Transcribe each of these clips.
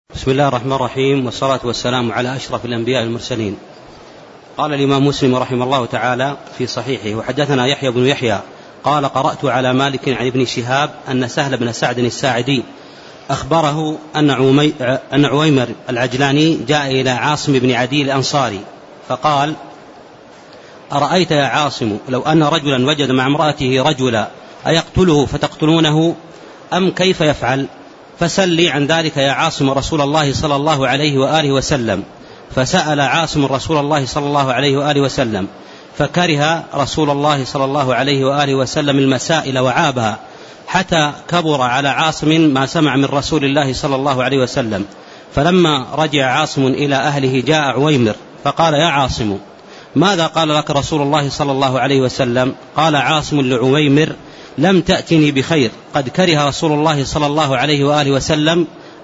بسم الله الرحمن الرحيم، والصلاة والسلام على أشرف الأنبياء والمرسلين. قال الإمام مسلم رحمه الله تعالى في صحيحه: وحدثنا يحيى بن يحيى قال: قرأت على مالك عن ابن شهاب أن سهل بن سعد الساعدي أخبره أن عويمر العجلاني جاء إلى عاصم بن عدي الأنصاري فقال: أرأيت يا عاصم لو أن رجلا وجد مع امرأته رجلا أيقتله فتقتلونه أم كيف يفعل؟ فسل لي عن ذلك يا عاصم رسول الله صلى الله عليه وآله وسلم. فسأل عاصم رسول الله صلى الله عليه وآله وسلم، فكره رسول الله صلى الله عليه وآله وسلم المسائل وعابها، حتى كبر على عاصم ما سمع من رسول الله صلى الله عليه وسلم. فلما رجع عاصم إلى أهله جاء عويمر فقال: يا عاصم، ماذا قال لك رسول الله صلى الله عليه وسلم؟ قال عاصم لعويمر: لم تأتني بخير، قد كره رسول الله صلى الله عليه وآله وسلم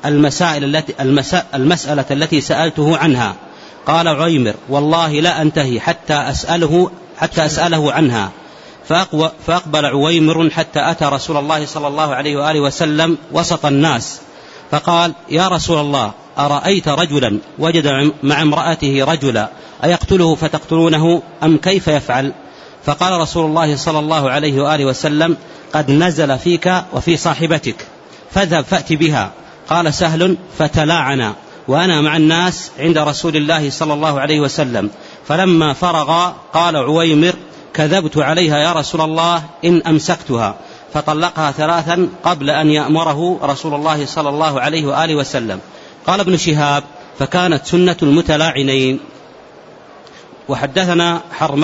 المسألة التي سألته عنها. قال عويمر: والله لا أنتهي حتى أسأله عنها. فأقبل عويمر حتى أتى رسول الله صلى الله عليه وآله وسلم وسط الناس فقال: يا رسول الله، أرأيت رجلا وجد مع امرأته رجلا أيقتله فتقتلونه أم كيف يفعل؟ فقال رسول الله صلى الله عليه وآله وسلم: قد نزل فيك وفي صاحبتك، فاذهب فأت بها. قال سهل: فتلاعنا وأنا مع الناس عند رسول الله صلى الله عليه وسلم. فلما فرغ قال عويمر: كذبت عليها يا رسول الله إن أمسكتها. فطلقها 3 قبل أن يأمره رسول الله صلى الله عليه وآله وسلم. قال ابن شهاب: فكانت سنة المتلاعنين. وحدثني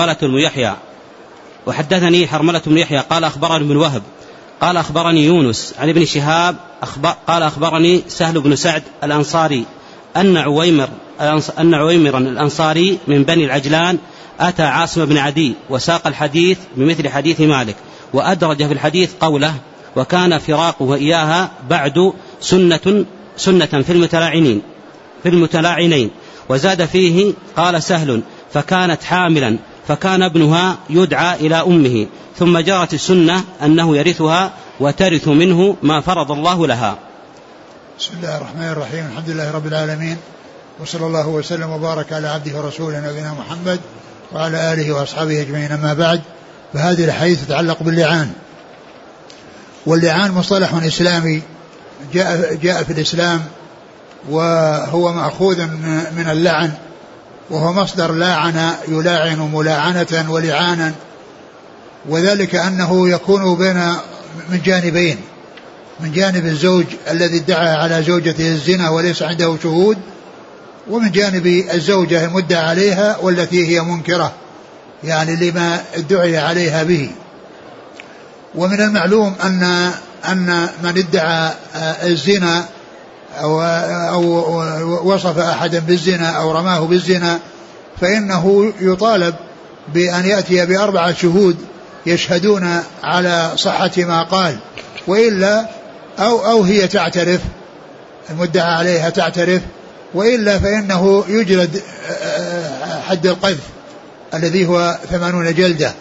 حرملة بن يحيى قال أخبرني ابن وهب قال أخبرني يونس عن ابن شهاب قال أخبرني سهل بن سعد الأنصاري أن عويمر الأنصاري من بني العجلان أتى عاصم بن عدي وساق الحديث بمثل حديث مالك، وأدرج في الحديث قوله: وكان فراقه إياها بعد سنة في المتلاعنين. وزاد فيه: قال سهل: فكانت حاملا فكان ابنها يدعى إلى أمه، ثم جرت السنة أنه يرثها وترث منه ما فرض الله لها. بسم الله الرحمن الرحيم. الحمد لله رب العالمين، وصلى الله وسلم وبارك على عبده ورسوله نبينا محمد وعلى آله وأصحابه أجمعين. أما بعد، فهذه الحديث تتعلق باللعان. واللعان مصطلح إسلامي جاء في الإسلام، وهو مأخوذ من اللعن، وهو مصدر لاعن يلاعن ملاعنة ولعانا، وذلك أنه يكون من جانبين: من جانب الزوج الذي ادعى على زوجته الزنا وليس عنده شهود، ومن جانب الزوجة المدعى عليها والتي هي منكرة يعني لما ادعي عليها به. ومن المعلوم أن من ادعى الزنا أو وصف أحدا بالزنا أو رماه بالزنا فإنه يطالب بأن يأتي ب4 شهود يشهدون على صحة ما قال، وإلا أو هي تعترف، المدعى عليها تعترف، وإلا فإنه يجلد حد القذف الذي هو 80 جلدة.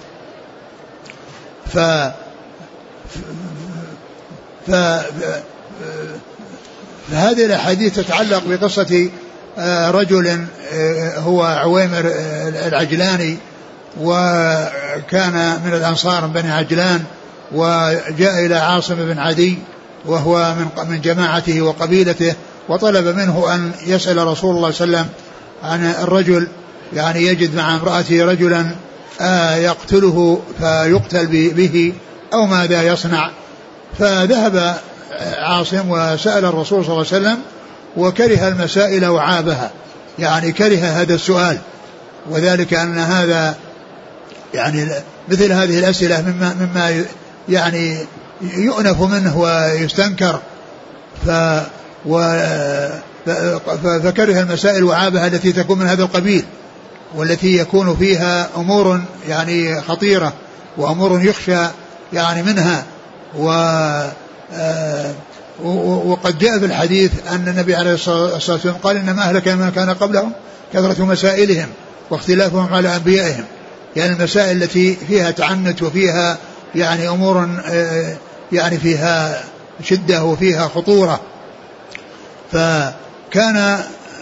فهذه الأحاديث تتعلق بقصة رجل هو عويمر العجلاني، وكان من الأنصار من بني عجلان، وجاء إلى عاصم بن عدي وهو من جماعته وقبيلته، وطلب منه أن يسأل رسول الله صلى الله عليه وسلم عن الرجل، يعني يجد مع امرأته رجلا يقتله فيقتل به أو ماذا يصنع. فذهب عاصم وسأل الرسول صلى الله عليه وسلم، وكره المسائل وعابها، يعني كره هذا السؤال، وذلك أن هذا يعني مثل هذه الأسئلة مما يعني يؤنف منه ويستنكر، فكره المسائل وعابها التي تكون من هذا القبيل، والتي يكون فيها أمور يعني خطيرة وأمور يخشى يعني منها. وقد جاء في الحديث أن النبي عليه الصلاة والسلام قال: إنما أهلك من كان قبلهم كثرة مسائلهم واختلافهم على أنبيائهم، يعني المسائل التي فيها تعنت وفيها يعني أمور يعني فيها شدة وفيها خطورة. كان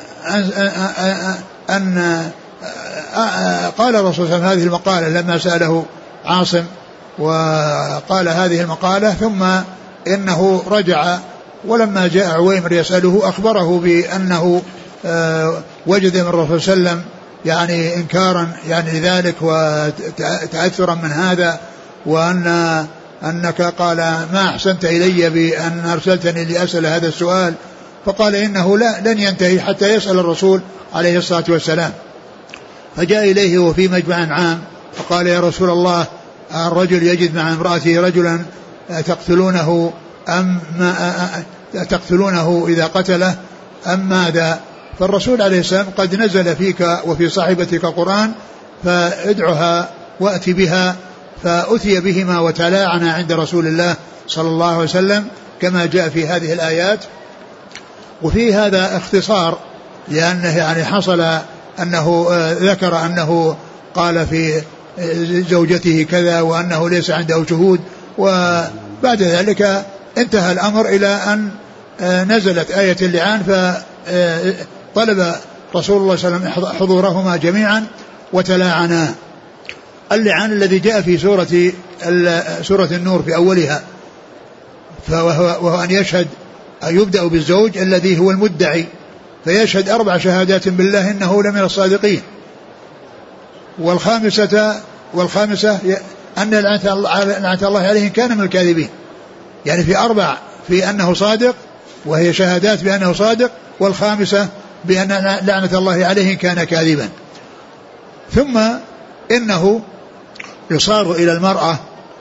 أن قال الرسول صلى الله عليه وسلم هذه المقالة لما سأله عاصم وقال هذه المقالة، ثم إنه رجع ولما جاء عويمر يسأله أخبره بأنه وجد من الرسول صلى الله عليه وسلم يعني إنكارا يعني لذلك وتأثرا من هذا، وأنك قال ما أحسنت إلي بأن أرسلتني لأسأل هذا السؤال، فقال إنه لن ينتهي حتى يسأل الرسول عليه الصلاة والسلام. فجاء إليه وفي مجمع عام فقال يا رسول الله الرجل يجد مع امرأته رجلا تقتلونه تقتلونه إذا قتله أم ماذا؟ فالرسول عليه السلام قد نزل فيك وفي صاحبتك قرآن فادعها وأتي بها، فأتي بهما وتلاعنا عند رسول الله صلى الله عليه وسلم كما جاء في هذه الآيات. وفي هذا اختصار لأنه يعني حصل أنه ذكر أنه قال في زوجته كذا وأنه ليس عنده شهود، وبعد ذلك انتهى الأمر إلى أن نزلت آية اللعان، فطلب رسول الله صلى الله عليه وسلم حضورهما جميعا وتلاعنا. اللعان الذي جاء في سورة النور في أولها، وهو أن يشهد أن يبدأ بالزوج الذي هو المدعي فيشهد 4 شهادات بالله إنه لمن الصادقين، والخامسة أن لعنة الله عليه كان من الكاذبين، يعني في 4 في أنه صادق وهي شهادات بأنه صادق، والخامسة بأن لعنة الله عليه كان كاذبا. ثم إنه يصار إلى المرأة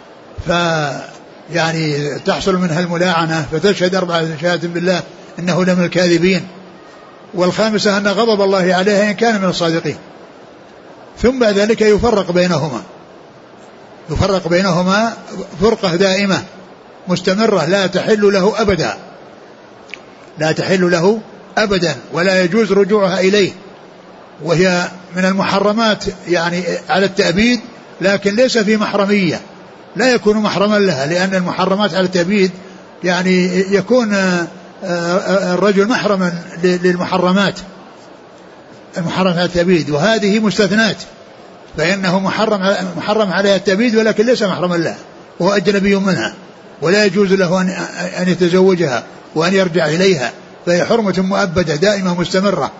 يعني تحصل منها الملاعنة فتشهد 4 شهادات بالله إنه لمن الكاذبين، والخامسة أن غضب الله عليها إن كان من الصادقين. ثم بعد ذلك يفرق بينهما فرقة دائمة مستمرة لا تحل له أبدا ولا يجوز رجوعها إليه، وهي من المحرمات يعني على التأبيد، لكن ليس في محرمية، لا يكون محرما لها، لأن المحرمات على التأبيد يعني يكون الرجل محرما للمحرمات المحرم على التأبيد، وهذه مستثنات، فإنه محرم عليها التأبيد ولكن ليس محرما لها وهو أجنبي منها، ولا يجوز له أن يتزوجها وأن يرجع إليها، فهي حرمة مؤبدة دائمة مستمرة.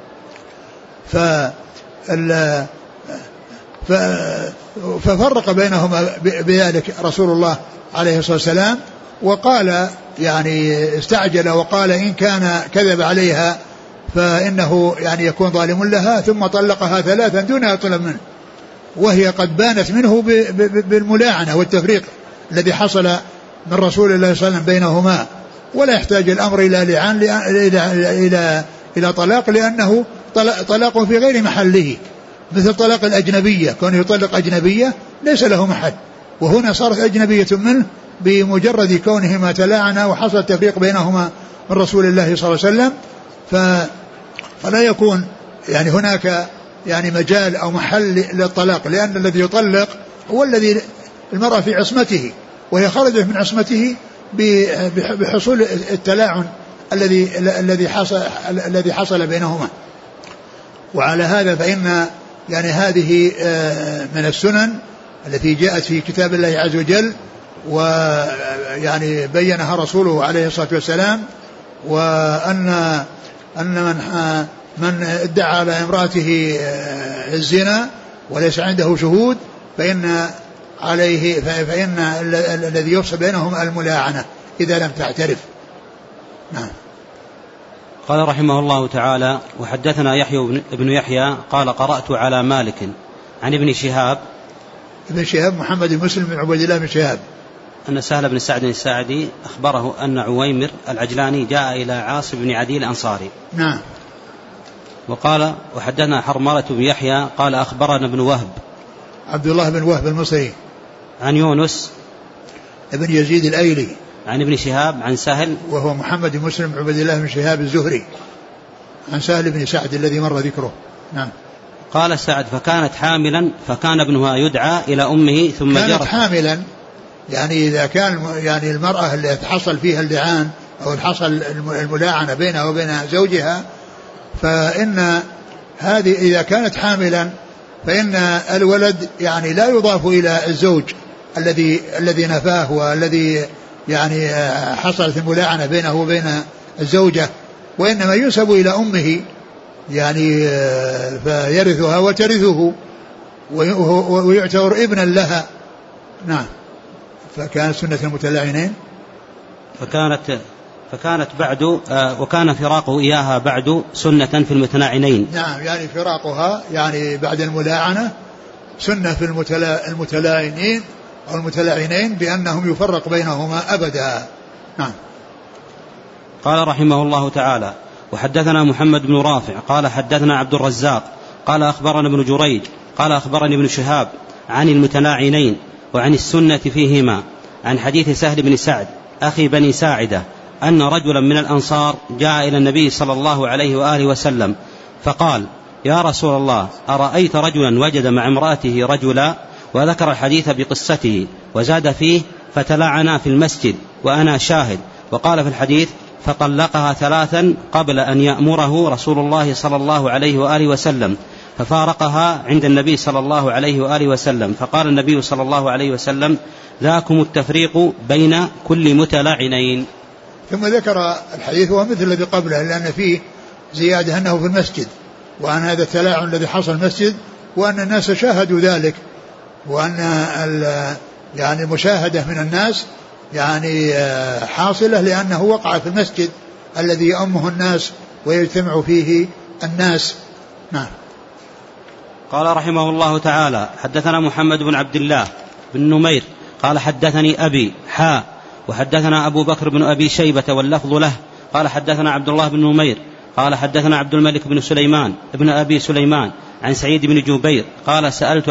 ففرق بينهما بذلك رسول الله عليه الصلاة والسلام، وقال يعني استعجل وقال إن كان كذب عليها فإنه يعني يكون ظالم لها، ثم طلقها 3 دون طلب منه، وهي قد بانت منه بالملاعنة والتفريق الذي حصل من رسول الله صلى الله عليه وسلم بينهما، ولا يحتاج الأمر إلى لعان إلى طلاق، لأنه طلاق في غير محله، مثل طلاق الأجنبية، كونه يطلق أجنبية ليس له محل، وهنا صارت أجنبية منه بمجرد كونهما تلاعنا وحصل التفريق بينهما من رسول الله صلى الله عليه وسلم، فلا يكون يعني هناك يعني مجال أو محل للطلاق، لأن الذي يطلق هو الذي المرأة في عصمته، وهي خرجت من عصمته بحصول التلاعن الذي حصل بينهما. وعلى هذا فإن يعني هذه من السنن التي جاءت في كتاب الله عز وجل، ويعني بينها رسوله عليه الصلاة والسلام، وأن من ادعى على امرأته الزنا وليس عنده شهود فإن الذي يفصل بينهم الملاعنة إذا لم تعترف. نعم. قال رحمه الله تعالى: وحدثنا يحيى بن يحيى قال قرأت على مالك عن ابن شهاب محمد بن مسلم بن عبد الله بن شهاب أن سهل بن سعد الساعدي أخبره أن عويمر العجلاني جاء إلى عاصم بن عدي الأنصاري. نعم. وقال: وحدثنا حرملة بن يحيى قال أخبرنا ابن وهب عبد الله بن وهب المصري عن يونس ابن يزيد الأيلي عن ابن شهاب عن سهل وهو محمد بن مسلم عبد الله بن شهاب الزهري عن سهل بن سعد الذي مر ذكره. نعم. قال سعد: فكانت حاملا فكان ابنها يدعى إلى أمه ثم كانت حاملا، يعني إذا كان يعني المرأة اللي حصل فيها اللعان أو حصل الملاعنة بينها وبين زوجها، فإن هذه إذا كانت حاملا فإن الولد يعني لا يضاف إلى الزوج الذي نفاه والذي يعني حصلت الملاعنة بينه وبين الزوجة، وإنما ينسب إلى أمه يعني فيرثها وترثه ويعتبر ابنا لها. نعم. فكانت سنة المتلاعنين فكانت بعد وكان فراقه إياها بعد سنة في المتلاعنين. نعم، يعني فراقها يعني بعد الملاعنة سنة في المتلاعنين أو المتلاعنين بأنهم يفرق بينهما أبدا. نعم. قال رحمه الله تعالى: وحدثنا محمد بن رافع قال حدثنا عبد الرزاق قال أخبرنا ابن جريج قال أخبرني ابن شهاب عن المتلاعنين وعن السنة فيهما عن حديث سهل بن سعد أخي بني ساعدة أن رجلا من الأنصار جاء إلى النبي صلى الله عليه وآله وسلم فقال: يا رسول الله، أرأيت رجلا وجد مع امرأته رجلا، وذكر الحديث بقصته وزاد فيه: فتلاعنا في المسجد وأنا شاهد، وقال في الحديث: فطلقها 3 قبل أن يأمره رسول الله صلى الله عليه وآله وسلم، ففارقها عند النبي صلى الله عليه وآله وسلم، فقال النبي صلى الله عليه وسلم: ذاكم التفريق بين كل متلاعنين. ثم ذكر الحديث هو مثل الذي قبله، لأن فيه زيادة أنه في المسجد، وأن هذا التلاعن الذي حصل المسجد، وأن الناس شاهدوا ذلك، وأن يعني المشاهدة من الناس يعني حاصلة لأنه وقع في المسجد الذي يؤمه الناس ويجتمع فيه الناس. نعم. قال رحمه الله تعالى: حدثنا محمد بن عبد الله بن نمير قال حدثني أبي وحدثنا أبو بكر بن أبي شيبة واللفظ له قال حدثنا عبد الله بن نمير قال حدثنا عبد الملك بن سليمان ابن أبي سليمان عن سعيد بن جبير قال: سئلت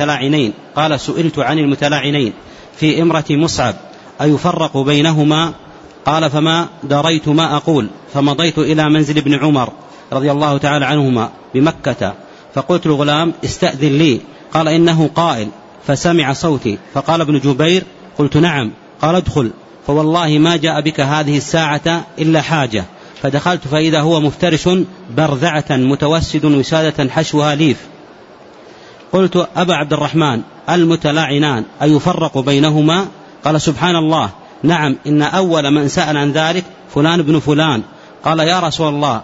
عن المتلاعنين في إمرة مصعب أيفرق بينهما؟ قال: فما دريت ما أقول، فمضيت إلى منزل ابن عمر رضي الله تعالى عنهما بمكة، فقلت الغلام: استأذن لي. قال: إنه قائل، فسمع صوتي، فقال ابن جبير: قلت: نعم. قال: ادخل، فوالله ما جاء بك هذه الساعة إلا حاجة. فدخلت فإذا هو مفترش برذعة متوسد وسادة حشوها ليف. قلت: أبا عبد الرحمن، المتلاعنان أيفرق بينهما؟ قال: سبحان الله، نعم، إن أول من سأل عن ذلك فلان بن فلان. قال: يا رسول الله،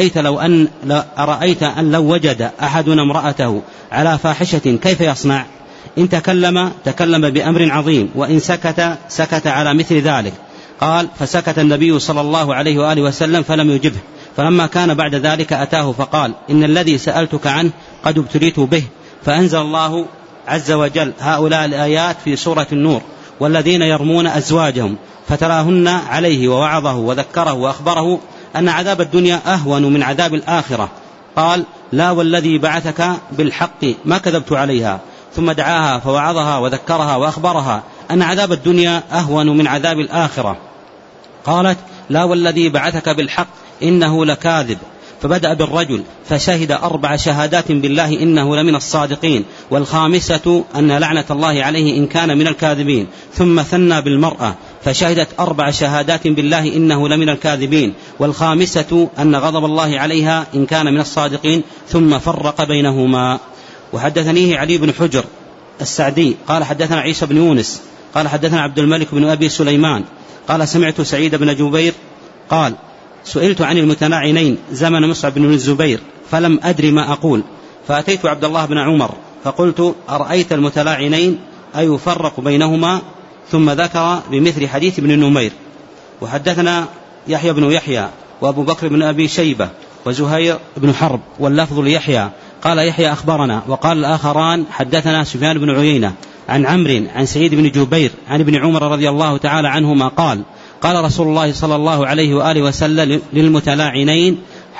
أرأيت أن لو وجد أحدنا امرأته على فاحشة كيف يصنع؟ إن تكلم بأمر عظيم، وإن سكت على مثل ذلك. قال: فسكت النبي صلى الله عليه وآله وسلم فلم يجبه. فلما كان بعد ذلك أتاه فقال: إن الذي سألتك عنه قد ابتليت به. فأنزل الله عز وجل هؤلاء الآيات في سورة النور: والذين يرمون أزواجهم فتراهن عليه، ووعظه وذكره وأخبره أن عذاب الدنيا أهون من عذاب الآخرة. قال: لا والذي بعثك بالحق ما كذبت عليها. ثم دعاها فوعظها وذكرها وأخبرها أن عذاب الدنيا أهون من عذاب الآخرة. قالت: لا والذي بعثك بالحق إنه لكاذب. فبدأ بالرجل فشهد 4 شهادات بالله إنه لمن الصادقين، والخامسة أن لعنة الله عليه إن كان من الكاذبين. ثم ثنى بالمرأة فشهدت 4 شهادات بالله إنه لمن الكاذبين، والخامسة أن غضب الله عليها إن كان من الصادقين. ثم فرق بينهما. وحدثنيه علي بن حجر السعدي قال حدثنا عيسى بن يونس قال حدثنا عبد الملك بن أبي سليمان قال: سمعت سعيد بن جبير قال: سئلت عن المتلاعنين زمن مصعب بن الزبير فلم أدري ما أقول، فأتيت عبد الله بن عمر فقلت: أرأيت المتلاعنين أيفرق بينهما؟ ثم ذكر بمثل حديث ابن نمير. وحدثنا يحيى بن يحيى وأبو بكر بن أبي شيبة وزهير بن حرب واللفظ ليحيى. قال يحيى: أخبرنا. وقال الآخران: حدثنا سفيان بن عيينة عن عمرو عن سعيد بن جبير عن ابن عمر رضي الله تعالى عنهما قال: قال رسول الله صلى الله عليه وآله وسلم للمتلاعنين: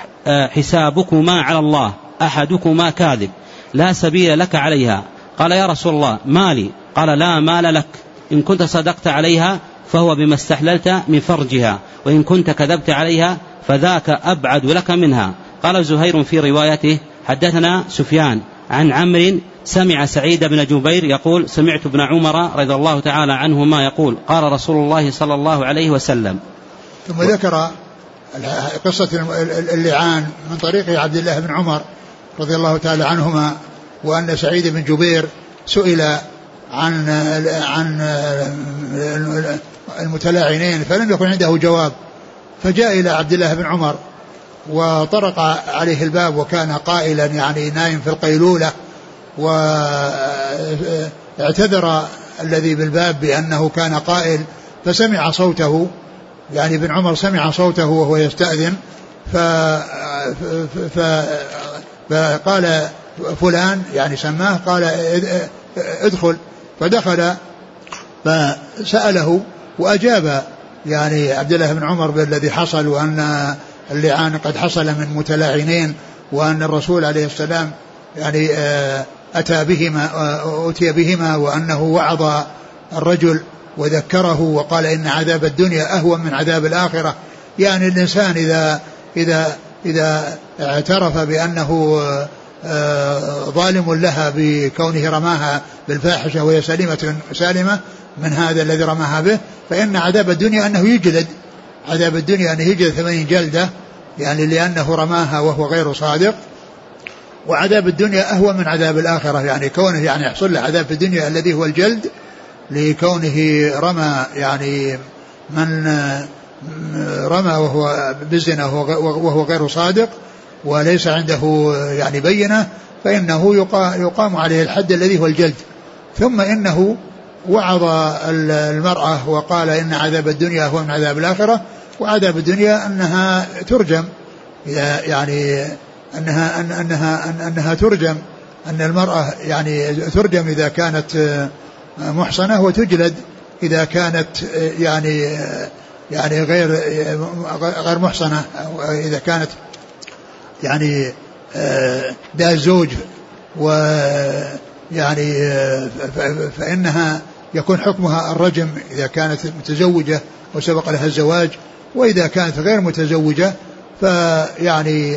حسابكما على الله، أحدكما كاذب، لا سبيل لك عليها. قال: يا رسول الله، مالي؟ قال: لا مال لك، إن كنت صدقت عليها فهو بما استحللت من فرجها، وإن كنت كذبت عليها فذاك أبعد لك منها. قال زهير في روايته: حدثنا سفيان عن عمرو سمع سعيد بن جبير يقول: سمعت ابن عمر رضي الله تعالى عنهما يقول: قال رسول الله صلى الله عليه وسلم. ثم ذكر قصة اللعان من طريق عبد الله بن عمر رضي الله تعالى عنهما، وأن سعيد بن جبير سئل عن المتلاعنين فلم يكن عنده جواب، فجاء إلى عبد الله بن عمر وطرق عليه الباب وكان قائلا يعني نايم في القيلولة، واعتذر الذي بالباب بأنه كان قائل، فسمع صوته، يعني ابن عمر سمع صوته وهو يستأذن، فقال فلان يعني سماه، قال ادخل، فدخل فسأله وأجاب يعني عبد الله بن عمر بالذي حصل، وأن اللعان قد حصل من متلاعنين، وأن الرسول عليه السلام يعني أتي بهما وأنه وعظ الرجل وذكره وقال إن عذاب الدنيا أهون من عذاب الآخرة. يعني الإنسان إذا اعترف بأنه ظالم لها بكونه رماها بالفاحشة وهي سالمة من هذا الذي رماها به، فإن عذاب الدنيا أنه يجلد، عذاب الدنيا أنه يجلد 80 جلدة، يعني لأنه رماها وهو غير صادق. وعذاب الدنيا أهون من عذاب الآخرة، يعني كونه يعني يحصل له عذاب في الدنيا الذي هو الجلد لكونه رمى يعني من رمى وهو بالزنا وهو غير صادق وليس عنده يعني بينة، فإنه يقام عليه الحد الذي هو الجلد. ثم إنه وعظ المرأة وقال إن عذاب الدنيا هو من عذاب الآخرة، وعذاب الدنيا أنها ترجم، يعني أنها ترجم، أن المرأة يعني ترجم إذا كانت محصنة، وتجلد إذا كانت يعني غير محصنة، إذا كانت يعني ذات زوج، ويعني فإنها يكون حكمها الرجم إذا كانت متزوجة وسبق لها الزواج، وإذا كانت غير متزوجة فيعني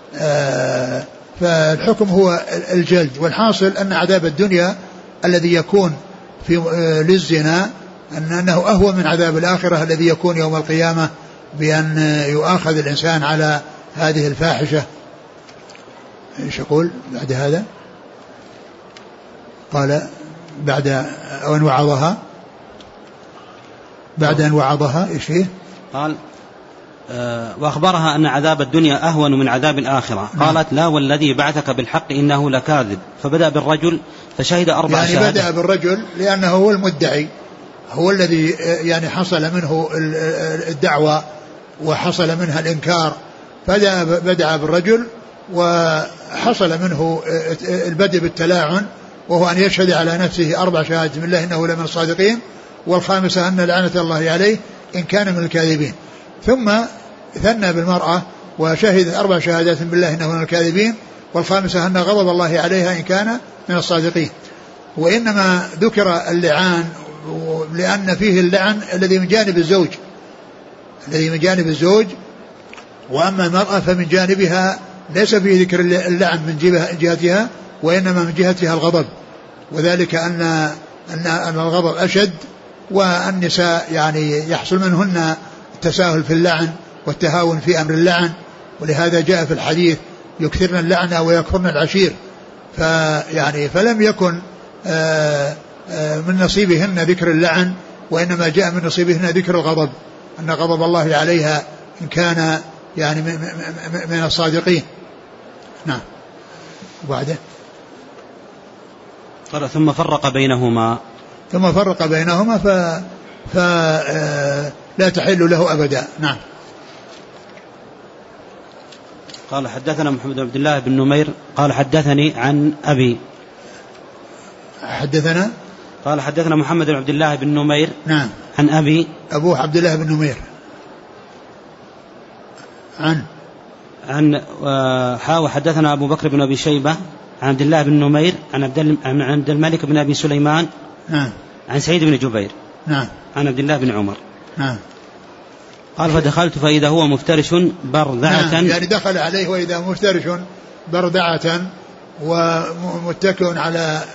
فالحكم هو الجلد. والحاصل أن عذاب الدنيا الذي يكون في للزنا أنه أهون من عذاب الآخرة الذي يكون يوم القيامة بأن يؤاخذ الإنسان على هذه الفاحشة. ايش يقول بعد هذا؟ قال بعد أن وعظها، بعد أن وعظها ايش فيه؟ قال وأخبرها أن عذاب الدنيا أهون من عذاب الآخرة. قالت لا والذي بعثك بالحق إنه لكاذب. فبدأ بالرجل فشهد 4 شهادات. يعني بدأ بالرجل لأنه هو المدعي، هو الذي يعني حصل منه الدعوة وحصل منها الإنكار، فبدأ بالرجل وحصل منه البدء بالتلاعن، وهو أن يشهد على نفسه 4 شهادات من الله إنه لمن الصادقين، والخامسة أن لعنة الله عليه إن كان من الكاذبين. ثم ثنى بالمرأة وشهد 4 شهادات بالله إنه من الكاذبين، والخامسة أن غضب الله عليها إن كان من الصادقين. وإنما ذكر اللعان لأن فيه اللعن الذي من جانب الزوج، وأما المرأة فمن جانبها ليس فيه ذكر اللعن من جهتها، وإنما من جهتها الغضب، وذلك أن الغضب أشد، والنساء يعني يحصل منهن التساهل في اللعن والتهاون في أمر اللعن، ولهذا جاء في الحديث يكثرن اللعن ويكفرن العشير. فيعني فلم يكن من نصيبهن ذكر اللعن، وإنما جاء من نصيبهن ذكر الغضب، أن غضب الله عليها إن كان يعني من الصادقين. نعم. وبعده قال ثم فرق بينهما فلا تحل له أبدا. نعم. قال حدثنا محمد بن عبد الله بن نمير قال حدثني عن أبي. قال حدثنا محمد بن عبد الله بن نمير. نعم. عن أبي أبوه عبد الله بن نمير. وحدثنا أبو بكر بن أبي شيبة عن عبد الله بن نمير عن عبد الملك بن أبي سليمان. نعم. عن سعيد بن جبير. نعم. عن عبد الله بن عمر. نعم. قال فدخلت فإذا هو مفترش بردعة. نعم. يعني دخل عليه وإذا مفترش بردعة ومتكئ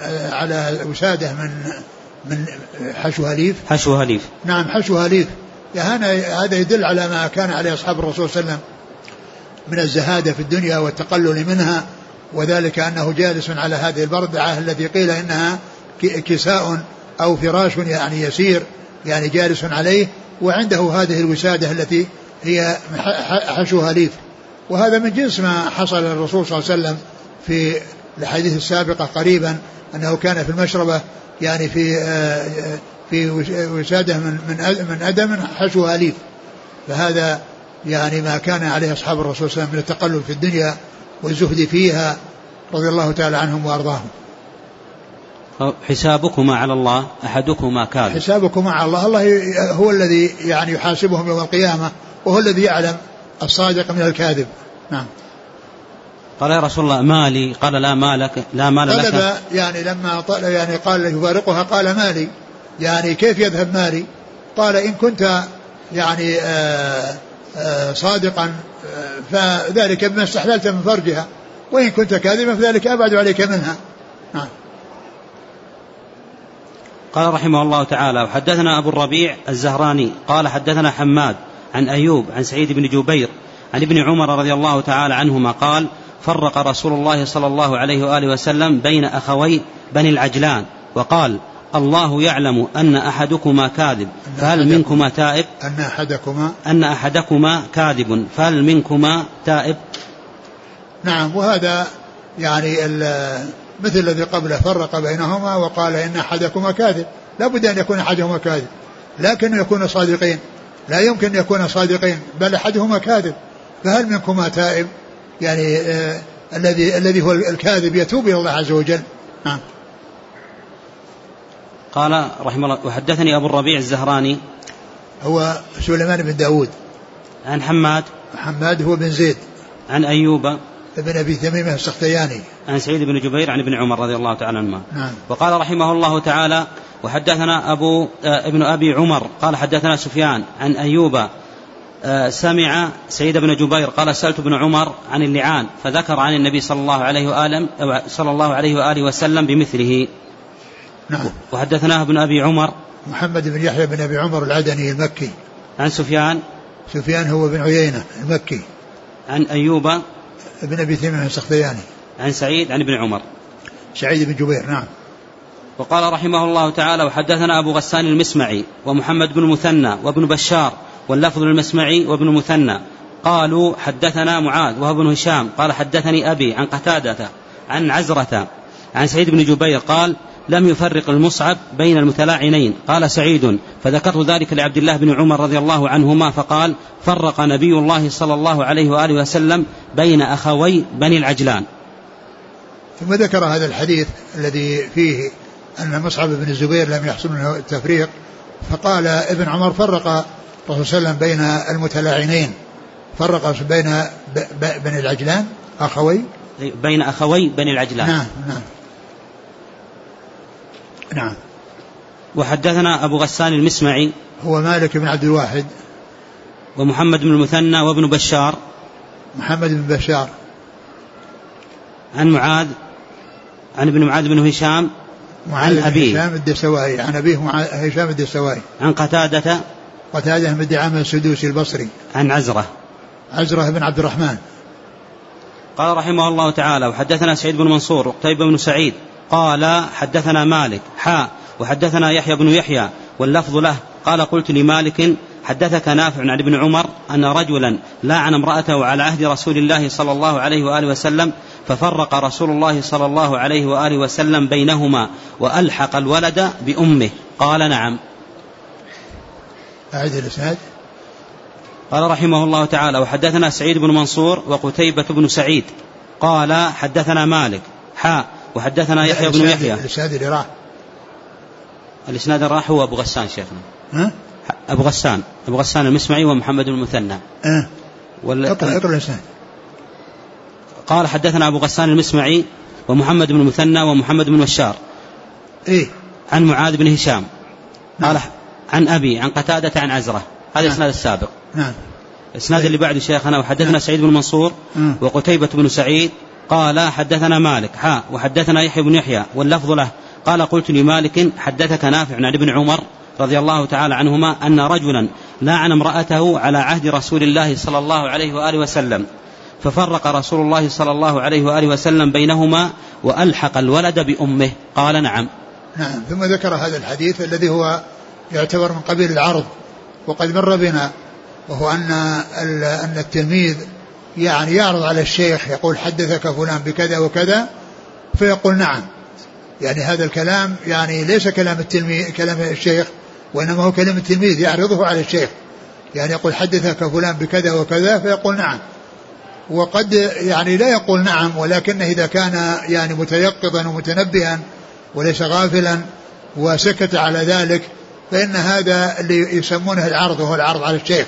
على وسادة من حشوها ليف. حشوها ليف. نعم حشوها ليف، هذا يدل على ما كان عليه أصحاب الرسول صلى الله عليه وسلم من الزهادة في الدنيا والتقلل منها، وذلك أنه جالس على هذه البردعة التي قيل إنها كساء أو فراش يعني يسير، يعني جالس عليه، وعنده هذه الوسادة التي هي حشوها ليف. وهذا من جنس ما حصل للرسول صلى الله عليه وسلم في الحديث السابقة قريبا، أنه كان في المشربة يعني في وسادة من أدم حشوها ليف. فهذا يعني ما كان عليه أصحاب الرسول صلى الله عليه وسلم من التقلل في الدنيا والزهد فيها رضي الله تعالى عنهم وأرضاهم. حسابكما على الله أحدكما كاذب. حسابكما على الله، الله هو الذي يعني يحاسبهم يوم القيامة، وهو الذي يعلم الصادق من الكاذب. نعم. قال يا رسول الله مالي، قال لا مالك، لا مال لك. طلب يعني لما يعني قال يفارقها قال مالي، يعني كيف يذهب مالي؟ قال إن كنت يعني صادقا فذلك بما استحللت من فرجها، وإن كنت كاذبا فذلك أبعد عليك منها. قال رحمه الله تعالى: وحدثنا أبو الربيع الزهراني قال حدثنا حماد عن أيوب عن سعيد بن جبير عن ابن عمر رضي الله تعالى عنهما قال: فرق رسول الله صلى الله عليه وآله وسلم بين أخوي بني العجلان وقال: الله يعلم أن أحدكما كاذب فهل منكما تائب؟ أن أحدكما كاذب فهل منكما تائب؟ نعم. وهذا يعني مثل الذي قبله، فرق بينهما وقال إن أحدكما كاذب. لا بد أن يكون أحدهما كاذب، لكن يكون صادقين، لا يمكن يكون صادقين، بل أحدهما كاذب. فهل منكما تائب؟ يعني الذي هو الكاذب يتوب إلى الله عز وجل. قال رحمه الله: وحدثني أبو الربيع الزهراني هو سليمان بن داود عن حماد هو بن زيد عن أيوب ابن أبي تميمة السختياني عن سعيد بن جبير عن ابن عمر رضي الله تعالى عنهما. وقال رحمه الله تعالى: وحدثنا ابن أبي عمر قال حدثنا سفيان عن أيوب سمع سعيد بن جبير قال: سألت ابن عمر عن اللعان فذكر عن النبي صلى الله عليه وآله وسلم بمثله. نعم. وحدثناه ابن أبي عمر محمد بن يحيى بن أبي عمر العدني المكي عن سفيان هو بن عيينة المكي عن أيوب ابن أبي تميمة السختياني عن سعيد عن ابن عمر سعيد بن جبير. نعم. وقال رحمه الله تعالى: وحدثنا أبو غسان المسمعي ومحمد بن المثنى وابن بشار واللفظ المسمعي وابن المثنى قالوا حدثنا معاذ وهو ابن هشام قال حدثني أبي عن قتادة عن عزرة عن سعيد بن جبير قال: لم يفرق المصعب بين المتلاعنين. قال سعيد: فذكرت ذلك لعبد الله بن عمر رضي الله عنهما فقال: فرق نبي الله صلى الله عليه وآله وسلم بين أخوي بني العجلان. ثم ذكر هذا الحديث الذي فيه أن مصعب بن الزبير لم يحصل منه التفريق، فقال ابن عمر: فرق الرسول صلى الله عليه وسلم بين المتلاعنين، فرق بين بني العجلان بين أخوي بني العجلان. نعم. وحدثنا أبو غسان المسمعي هو مالك بن عبد الواحد ومحمد بن المثنى وابن بشار محمد بن بشار عن معاذ عن ابن معاذ بن هشام عن أبيه هشام الدستوائي عن أبيه هشام الدستوائي عن قتادة بن دعامة السدوسي البصري عن عزرة بن عبد الرحمن. قال رحمه الله تعالى: وحدثنا سعيد بن منصور وقتيبة بن سعيد قال حدثنا مالك وحدثنا يحيى بن يحيى واللفظ له قال: قلت لمالك: حدثك نافع عن ابن عمر أن رجلا لاعن امرأته على عهد رسول الله صلى الله عليه وآله وسلم ففرق رسول الله صلى الله عليه وآله وسلم بينهما وألحق الولد بأمه؟ قال: نعم. أعد الإسناد. قال رحمه الله تعالى: وحدثنا سعيد بن منصور وقتيبة بن سعيد قال حدثنا مالك وحدثنا يحيى بن يحيى. الإسناد الراح هو أبو غسان شيخنا. أبو غسان المسمعي ومحمد بن المثنى. اقرأ الإسناد. قال حدثنا أبو غسان المسمعي ومحمد بن المثنى ومحمد بن بشار عن معاذ بن هشام قال عن أبي عن قتادة عن عزرة. هذا الإسناد السابق. الإسناد اللي بعد شيخنا: وحدثنا سعيد بن منصور وقتيبة بن سعيد قال حدثنا مالك وحدثنا يحيى بن يحيى واللفظ له قال: قلت لمالك: حدثك نافع عن ابن عمر رضي الله تعالى عنهما أن رجلا لعن امرأته على عهد رسول الله صلى الله عليه وآله وسلم، ففرق رسول الله صلى الله عليه وآله وسلم بينهما وألحق الولد بأمه. قال نعم. نعم. ثم ذكر هذا الحديث الذي هو يعتبر من قبيل العرض، وقد مر بنا، وهو أن التلميذ يعني يعرض على الشيخ يقول حدثك فلان بكذا وكذا، فيقول نعم. يعني هذا الكلام يعني ليس كلام الشيخ، وإنما هو كلام التلميذ يعرضه على الشيخ، يعني يقول حدثك فلان بكذا وكذا فيقول نعم. وقد يعني لا يقول نعم، ولكنه إذا كان يعني متيقظا ومتنبها وليس غافلا وسكت على ذلك، فإن هذا اللي يسمونه العرض، وهو العرض على الشيخ.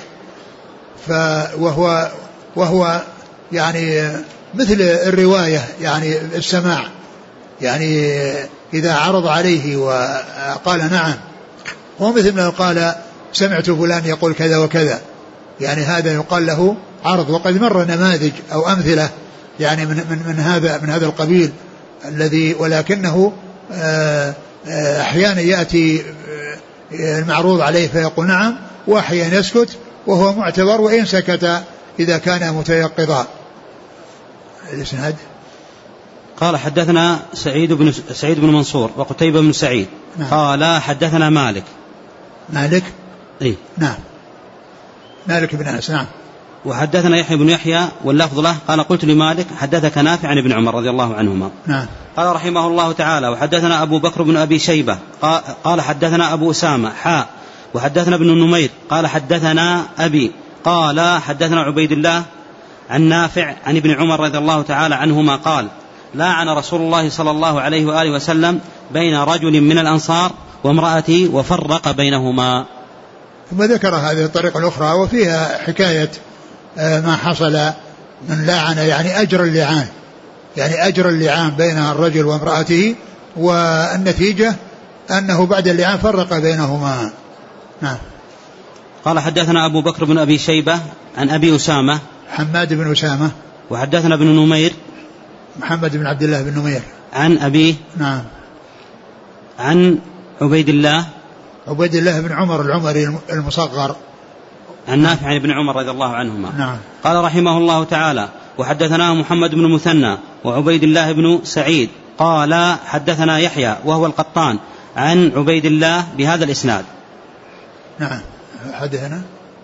وهو يعني مثل الرواية، يعني السماع، يعني إذا عرض عليه وقال نعم، هو مثل ما قال سمعت فلان يقول كذا وكذا، يعني هذا يقال له عرض. وقد مر نماذج أو أمثلة يعني من هذا القبيل الذي، ولكنه أحيانا يأتي المعروض عليه فيقول نعم، وأحيانا يسكت وهو معتبر وإن سكت إذا كان متيقظا. الإسناد قال حدثنا سعيد بن منصور وقتيبة بن سعيد. نعم. قال حدثنا مالك. إيه؟ نعم، مالك بن أنس. نعم. وحدثنا يحيى بن يحيى واللفظ له قال قلت لمالك حدثك نافع عن ابن عمر رضي الله عنهما. نعم. قال رحمه الله تعالى وحدثنا أبو بكر بن أبي شيبة قال حدثنا أبو أسامة وحدثنا ابن نمير قال حدثنا أبي قال حدثنا عبيد الله عن نافع عن ابن عمر رضي الله تعالى عنهما قال لعن رسول الله صلى الله عليه وآله وسلم بين رجل من الأنصار وامرأته وفرق بينهما. ثم ذكر هذه الطريقة الأخرى وفيها حكاية ما حصل من لعن، يعني أجر اللعان بين الرجل وامرأته، والنتيجة أنه بعد اللعان فرق بينهما. نعم. قال حدثنا أبو بكر بن أبي شيبة عن أبي أسامة حماد بن أسامة، وحدثنا ابن نمير محمد بن عبد الله بن نمير عن أبيه. نعم. عن عبيد الله بن عمر العمري المصغر عن نافع عن ابن عمر رضي الله عنهما. نعم. قال رحمه الله تعالى وحدثنا محمد بن مثنى وعبيد الله بن سعيد قال حدثنا يحيى وهو القطان عن عبيد الله بهذا الإسناد. نعم. حدثنا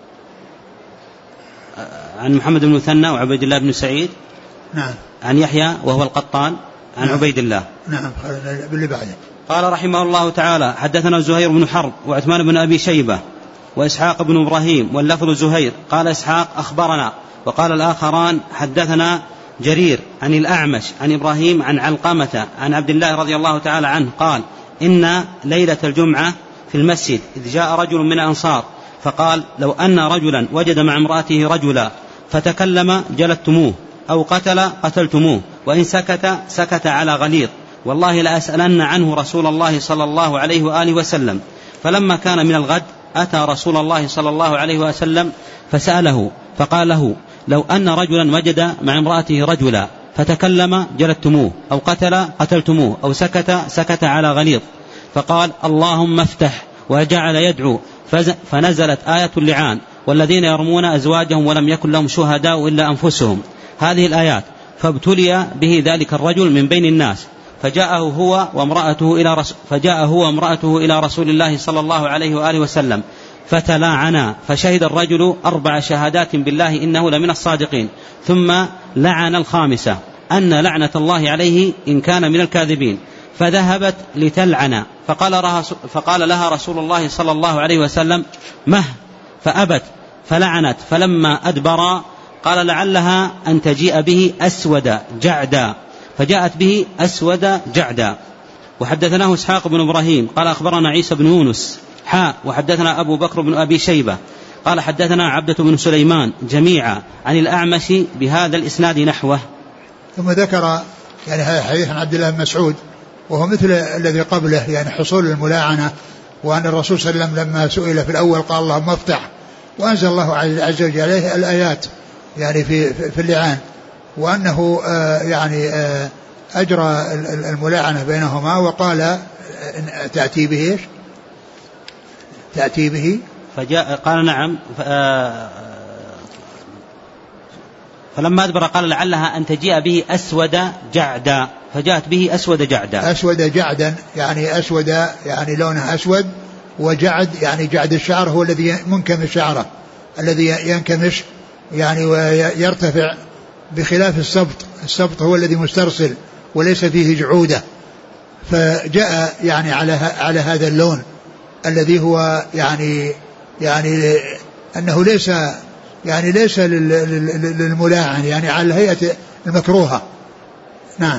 عن محمد بن مثنى وعبيد الله بن سعيد. نعم. عن يحيى وهو القطان عن نعم. عبيد الله. نعم. باللي بعده. قال رحمه الله تعالى حدثنا زهير بن حرب وعثمان بن أبي شيبة وإسحاق بن إبراهيم واللفظ زهير قال إسحاق أخبرنا، وقال الآخران حدثنا جرير عن الأعمش عن إبراهيم عن علقمة عن عبد الله رضي الله تعالى عنه قال إن ليلة الجمعة في المسجد إذ جاء رجل من الأنصار فقال لو أن رجلا وجد مع امرأته رجلا فتكلم جلدتموه أو قتلتموه وإن سكت على غليظ والله لأسألن عنه رسول الله صلى الله عليه وآله وسلم. فلما كان من الغد أتى رسول الله صلى الله عليه وسلم فسأله فقال له لو أن رجلا وجد مع امرأته رجلا فتكلم جلدتموه أو قتلتموه أو سكت على غليظ فقال اللهم افتح، وجعل يدعو فنزلت آية اللعان والذين يرمون أزواجهم ولم يكن لهم شهداء إلا أنفسهم، هذه الآيات. فابتلي به ذلك الرجل من بين الناس فجاءه هو وامرأته إلى رسول الله صلى الله عليه وآله وسلم فتلاعنا، فشهد الرجل 4 شهادات بالله إنه لمن الصادقين، ثم لعن الخامسة أن لعنة الله عليه إن كان من الكاذبين، فذهبت لتلعن فقال لها رسول الله صلى الله عليه وسلم مه، فأبت فلعنت، فلما أدبر قال لعلها أن تجيء به أسود جعدا، فجاءت به أسود جعدا. وحدثناه إسحاق بن إبراهيم قال أخبرنا عيسى بن يونس وحدثنا أبو بكر بن أبي شيبة قال حدثنا عبدة بن سليمان جميعا عن الأعمش بهذا الإسناد نحوه. ثم ذكر يعني هذا حديث عن عبد الله بن مسعود وهو مثل الذي قبله، يعني حصول الملاعنة، وأن الرسول صلى الله عليه وسلم لما سئل في الأول قال اللهم افتح، وأنزل الله عز وجل عليه الآيات يعني في اللعان، وأنه يعني أجرى الملاعنة بينهما، وقال تأتي به إيش؟ تأتي به. فجاء قال نعم. فلما أدبر قال لعلها أن تجيء به أسود جعدا، فجاءت به أسود جعدا. أسود جعدا يعني أسود يعني لونه أسود، وجعد يعني جعد الشعر هو الذي منكمش شعره، الذي ينكمش يعني ويرتفع، بخلاف السبط هو الذي مسترسل وليس فيه جعودة. فجاء يعني على هذا اللون الذي هو يعني أنه ليس للملاعن، يعني على الهيئة المكروهة. نعم.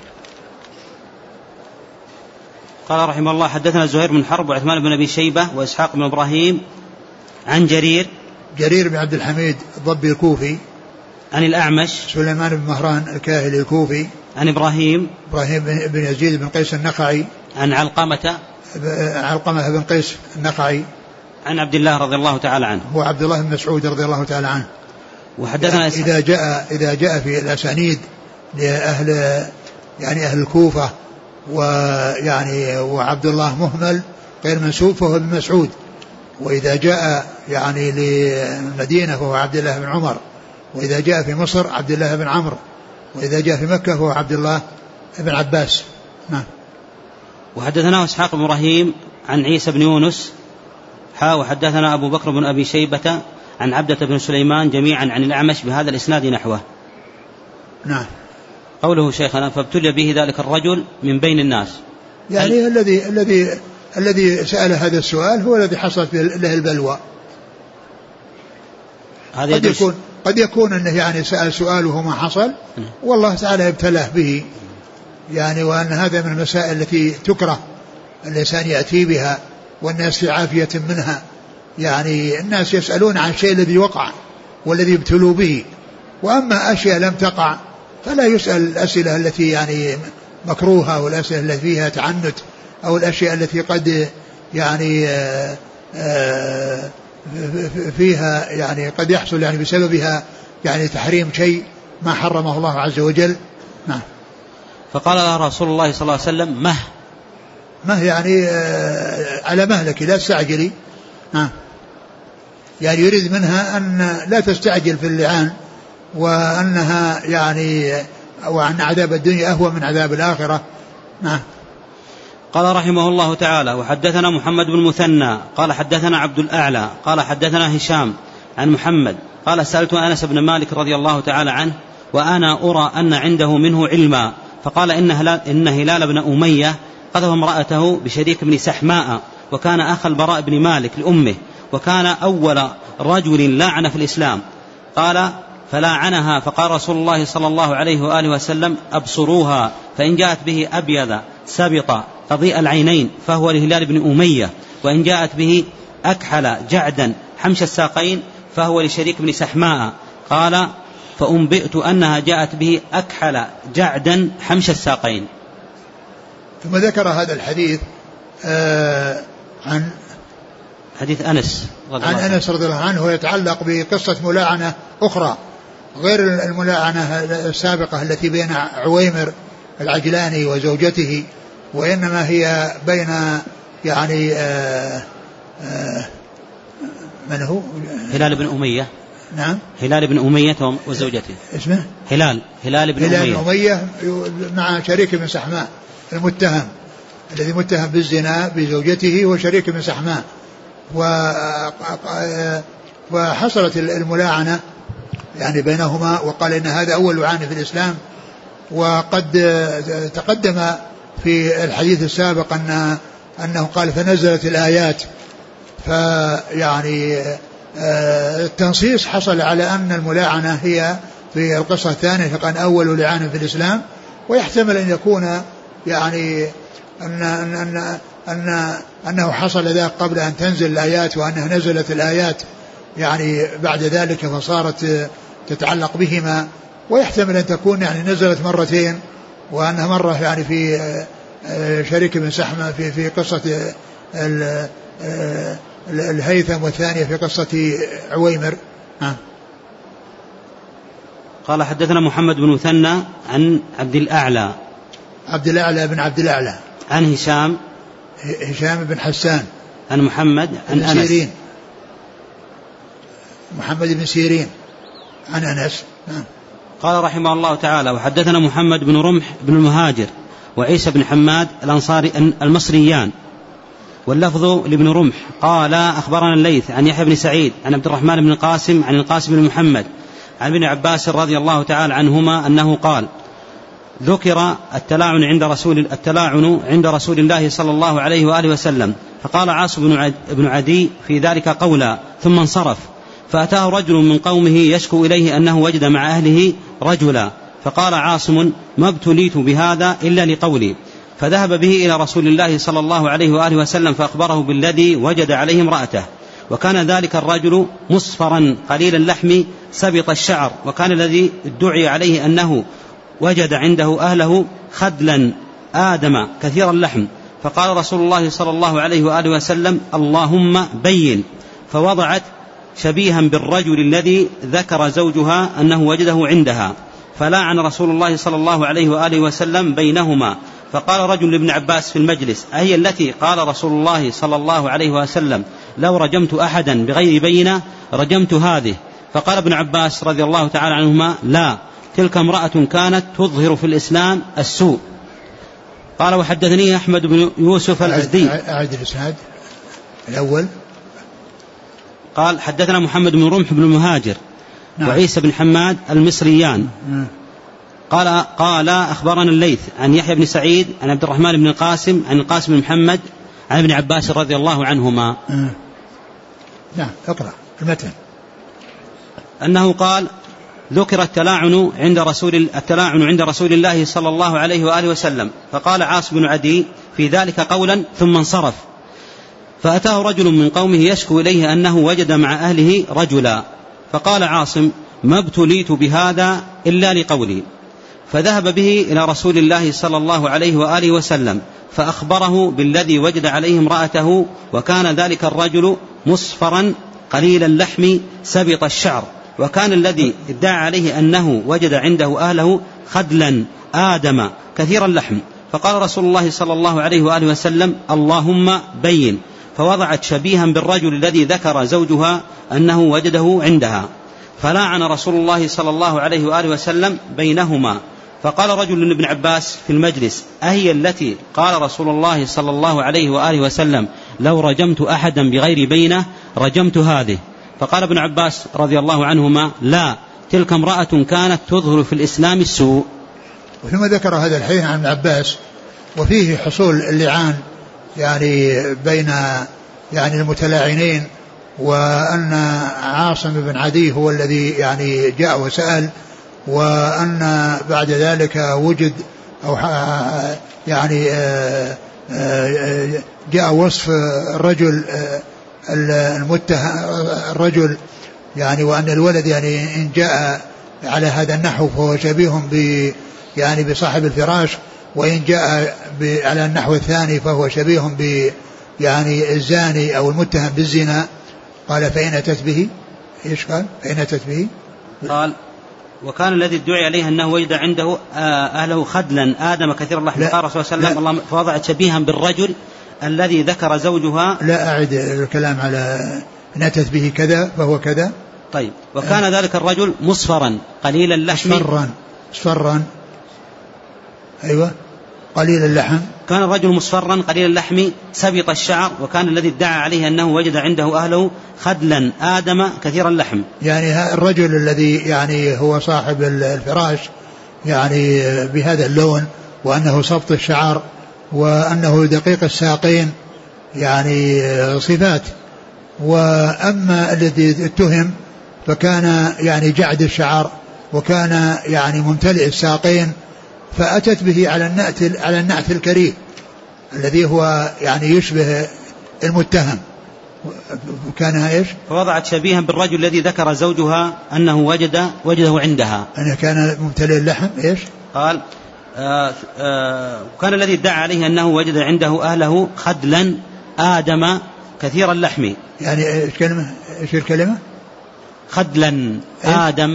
قال رحمه الله حدثنا زهير بن حرب وعثمان بن أبي شيبة وإسحاق بن إبراهيم عن جرير بن عبد الحميد الضبي الكوفي، عن الأعمش سليمان بن مهران الكاهلي الكوفي، عن إبراهيم بن يزيد بن قيس النخعي، عن علقمة بن قيس النخعي، عن عبد الله رضي الله تعالى عنه، هو عبد الله بن مسعود رضي الله تعالى عنه. وحدثنا إذا جاء في الأسانيد لأهل يعني أهل الكوفة ويعني وعبد الله مهمل غير منسوب فهو ابن مسعود، وإذا جاء يعني للمدينة فهو عبد الله بن عمر، وإذا جاء في مصر عبد الله بن عمرو، وإذا جاء في مكة فهو عبد الله بن عباس. نعم. وحدثنا إسحاق بن إبراهيم عن عيسى بن يونس وحدثنا أبو بكر بن أبي شيبة عن عبدة بن سليمان جميعا عن الأعمش بهذا الإسناد نحوه. نعم. قوله شيخنا فابتلي به ذلك الرجل من بين الناس، يعني الذي سأل هذا السؤال هو الذي حصلت له البلوى. قد يكون أنه يعني سأل سؤاله ما حصل والله تعالى ابتلاه به، يعني وأن هذا من المسائل التي تكره الإنسان يأتي بها والناس في عافية منها. يعني الناس يسألون عن شيء الذي وقع والذي ابتلوا به، وأما أشياء لم تقع فلا يسأل الأسئلة التي يعني مكروهة والأسئلة التي فيها تعنت أو الأشياء التي قد يعني فيها يعني قد يحصل يعني بسببها يعني تحريم شيء ما حرمه الله عز وجل. نعم. فقال له رسول الله صلى الله عليه وسلم مه يعني على مهلك لا تستعجلي. يعني يريد منها أن لا تستعجل في اللعان، وأنها يعني وأن عذاب الدنيا أهوى من عذاب الآخرة. نعم. قال رحمه الله تعالى وحدثنا محمد بن مثنى قال حدثنا عبد الأعلى قال حدثنا هشام عن محمد قال سألت أنس بن مالك رضي الله تعالى عنه وأنا أرى أن عنده منه علما، فقال إن هلال بن أمية قذف امرأته بشريك بن سحماء، وكان أخ البراء بن مالك لأمه، وكان أول رجل لعن في الإسلام. قال فلاعنها، فقال رسول الله صلى الله عليه وآله وسلم أبصروها، فإن جاءت به أبيض سبط قضيء العينين فهو لهلال بن أمية، وإن جاءت به أكحل جعدا حمش الساقين فهو لشريك بن سحماء. قال فأنبئت أنها جاءت به أكحل جعدا حمش الساقين. ثم ذكر هذا الحديث عن حديث أنس رضي الله عنه، ويتعلق بقصة ملاعنة أخرى غير الملاعنة السابقة التي بين عويمر العجلاني وزوجته، وإنما هي بين يعني من هو هلال بن أمية. نعم. هلال بن أمية وزوجته اسمه هلال بن أمية مع شريك بن سحماء المتهم الذي متهم بالزنا بزوجته وشريك بن سحماء، وحصلت الملاعنة يعني بينهما، وقال إن هذا أول لعان في الإسلام. وقد تقدم في الحديث السابق أنه قال فنزلت الآيات، فيعني التنصيص حصل على أن الملاعنة هي في القصة الثانية، فكان أول لعان في الإسلام، ويحتمل أن يكون يعني أنه حصل ذلك قبل أن تنزل الآيات، وأنها نزلت الآيات يعني بعد ذلك فصارت تتعلق بهما، ويحتمل أن تكون يعني نزلت مرتين، وأنها مرة يعني في شريك بن سحمة في قصة الهيثم، والثانية في قصة عويمر. قال حدثنا محمد بن مثنى عن عبد الأعلى بن عبد الأعلى عن هشام بن حسان عن محمد عن أنس. سيرين. محمد بن سيرين عن أنس. قال رحمه الله تعالى: وحدثنا محمد بن رمح بن المهاجر وعيسى بن حماد الأنصاري المصريان، واللفظ لابن رمح. قال: أخبرنا الليث عن يحيى بن سعيد عن عبد الرحمن بن القاسم عن القاسم بن محمد عن ابن عباس رضي الله تعالى عنهما أنه قال: ذكر التلاعن عند رسول الله صلى الله عليه وآله وسلم، فقال عاصم بن عدي في ذلك قولا ثم انصرف، فأتاه رجل من قومه يشكو إليه أنه وجد مع أهله رجلا، فقال عاصم: ما ابتليت بهذا إلا لقولي، فذهب به إلى رسول الله صلى الله عليه وآله وسلم فأخبره بالذي وجد عليه امرأته، وكان ذلك الرجل مصفرا قليل اللحم سبط الشعر، وكان الذي ادعي عليه أنه وجد عنده أهله خدلا آدم كثير اللحم، فقال رسول الله صلى الله عليه وآله وسلم: اللهم بين، فوضعت شبيها بالرجل الذي ذكر زوجها أنه وجده عندها، فلاعن رسول الله صلى الله عليه وآله وسلم بينهما. فقال رجل لابن عباس في المجلس: أهي التي قال رسول الله صلى الله عليه وسلم: لو رجمت أحدا بغير بينة رجمت هذه؟ فقال ابن عباس رضي الله تعالى عنهما: لا، تلك امرأة كانت تظهر في الإسلام السوء. قال: وحدثني أحمد بن يوسف الأزدي. أعد الإسناد الأول. قال: حدثنا محمد بن رمح بن المهاجر وعيسى بن حماد المصريان. قال أخبرنا الليث عن يحيى بن سعيد عن عبد الرحمن بن القاسم عن القاسم بن محمد عن ابن عباس رضي الله عنهما. نعم، اقرأ المتن. أنه قال: ذكر التلاعن عند رسول الله صلى الله عليه وآله وسلم، فقال عاصم بن عدي في ذلك قولا ثم انصرف، فأتاه رجل من قومه يشكو إليه أنه وجد مع أهله رجلا، فقال عاصم: ما ابتليت بهذا إلا لقولي، فذهب به إلى رسول الله صلى الله عليه وآله وسلم فأخبره بالذي وجد عليه امرأته، وكان ذلك الرجل مصفرا قليل اللحم سبط الشعر، وكان الذي ادعى عليه أنه وجد عنده أهله خدلا آدم كثير اللحم. فقال رسول الله صلى الله عليه وآله وسلم: اللهم بين، فوضعت شبيها بالرجل الذي ذكر زوجها أنه وجده عندها، فلاعن رسول الله صلى الله عليه وآله وسلم بينهما. فقال رجل لابن عباس في المجلس: أهي التي قال رسول الله صلى الله عليه وآله وسلم: لو رجمت أحدا بغير بينة رجمت هذه؟ فقال ابن عباس رضي الله عنهما: لا، تلك امرأة كانت تظهر في الإسلام السوء. ثم ذكر هذا الحديث عن ابن عباس، وفيه حصول اللعان يعني بين يعني المتلاعنين، وأن عاصم بن عدي هو الذي يعني جاء وسأل، وأن بعد ذلك وجد أو يعني جاء وصف الرجل المتهم الرجل يعني، وأن الولد يعني إن جاء على هذا النحو فهو شبيه يعني بصاحب الفراش، وإن جاء على النحو الثاني فهو شبيه ب يعني الزاني أو المتهم بالزنا. قال: فإن أتت به، إيش قال؟ فإن أتت به، قال: وكان الذي ادعي عليه أنه وجد عنده أهله خدلا آدم كثير اللحم، قال رسول الله صلى الله عليه وسلم: فوضعت شبيها بالرجل الذي ذكر زوجها. لا أعد الكلام على إن أتت به كذا فهو كذا. طيب. وكان ذلك الرجل مصفرا قليل اللحم. مصفرا أيوة، قليل اللحم. كان الرجل مصفرا قليل اللحم سبط الشعر، وكان الذي ادعى عليه أنه وجد عنده أهله خدلا آدم كثير اللحم. يعني الرجل الذي يعني هو صاحب الفراش يعني بهذا اللون، وأنه سبط الشعر، وأنه دقيق الساقين، يعني صفات. وأما الذي اتهم فكان يعني جعد الشعر، وكان يعني ممتلئ الساقين، فأتت به على النعت الكريه الذي هو يعني يشبه المتهم. كان ايش؟ فوضعت شبيها بالرجل الذي ذكر زوجها أنه وجده عندها، أنه كان ممتلئ اللحم. ايش قال؟ كان الذي ادعى عليه أنه وجد عنده أهله خدلا آدم كثير اللحم. يعني ايش كلمة؟ ايش الكلمة؟ خدلا آدم.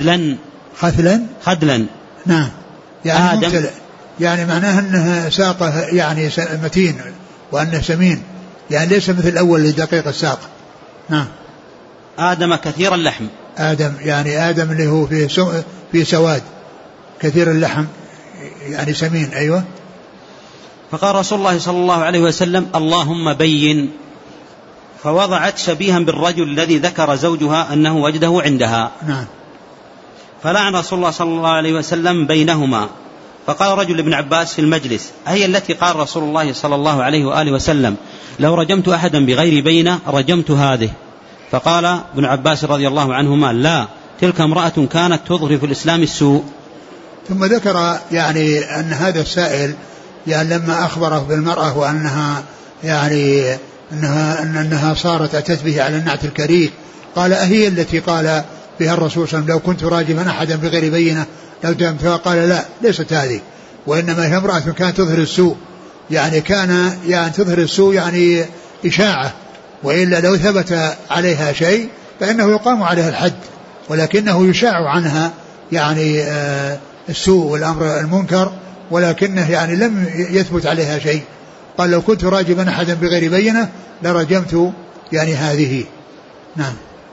خدلا نعم، يعني ممتلئ، يعني معناه أنه ساقه يعني متين، وأنه سمين، يعني ليس مثل الأول لدقيق الساق. نعم. آدم كثير اللحم. آدم يعني آدم اللي هو في سواد كثير اللحم يعني سمين. أيوة. فقال رسول الله صلى الله عليه وسلم اللهم بين، فوضعت شبيها بالرجل الذي ذكر زوجها أنه وجده عندها. نعم. فلعن رسول الله صلى الله عليه وسلم بينهما. فقال رجل لابن عباس في المجلس هي التي قال رسول الله صلى الله عليه وآله وسلم لو رجمت أحدا بغير بينة رجمت هذه. فقال ابن عباس رضي الله عنهما لا، تلك امرأة كانت تظهر في الإسلام السوء. ثم ذكر يعني أن هذا السائل يعني لما أخبره بالمرأة وأنها يعني أنها صارت أتت به على النعت الكريه، قال أهي التي قال بها الرسول صلى الله عليه وسلم لو كنت راجما أحدا بغير بينة لو دمتها؟ قال لا، ليست هذه، وإنما هي امرأة كانت تظهر السوء، يعني كان يعني تظهر السوء يعني إشاعة، وإلا لو ثبت عليها شيء فإنه يقام عليها الحد، ولكنه يشاع عنها يعني السوء والأمر المنكر، ولكنه يعني لم يثبت عليها شيء. قال لو كنت راجما أحدا بغير بينة لرجمت يعني هذه. نعم.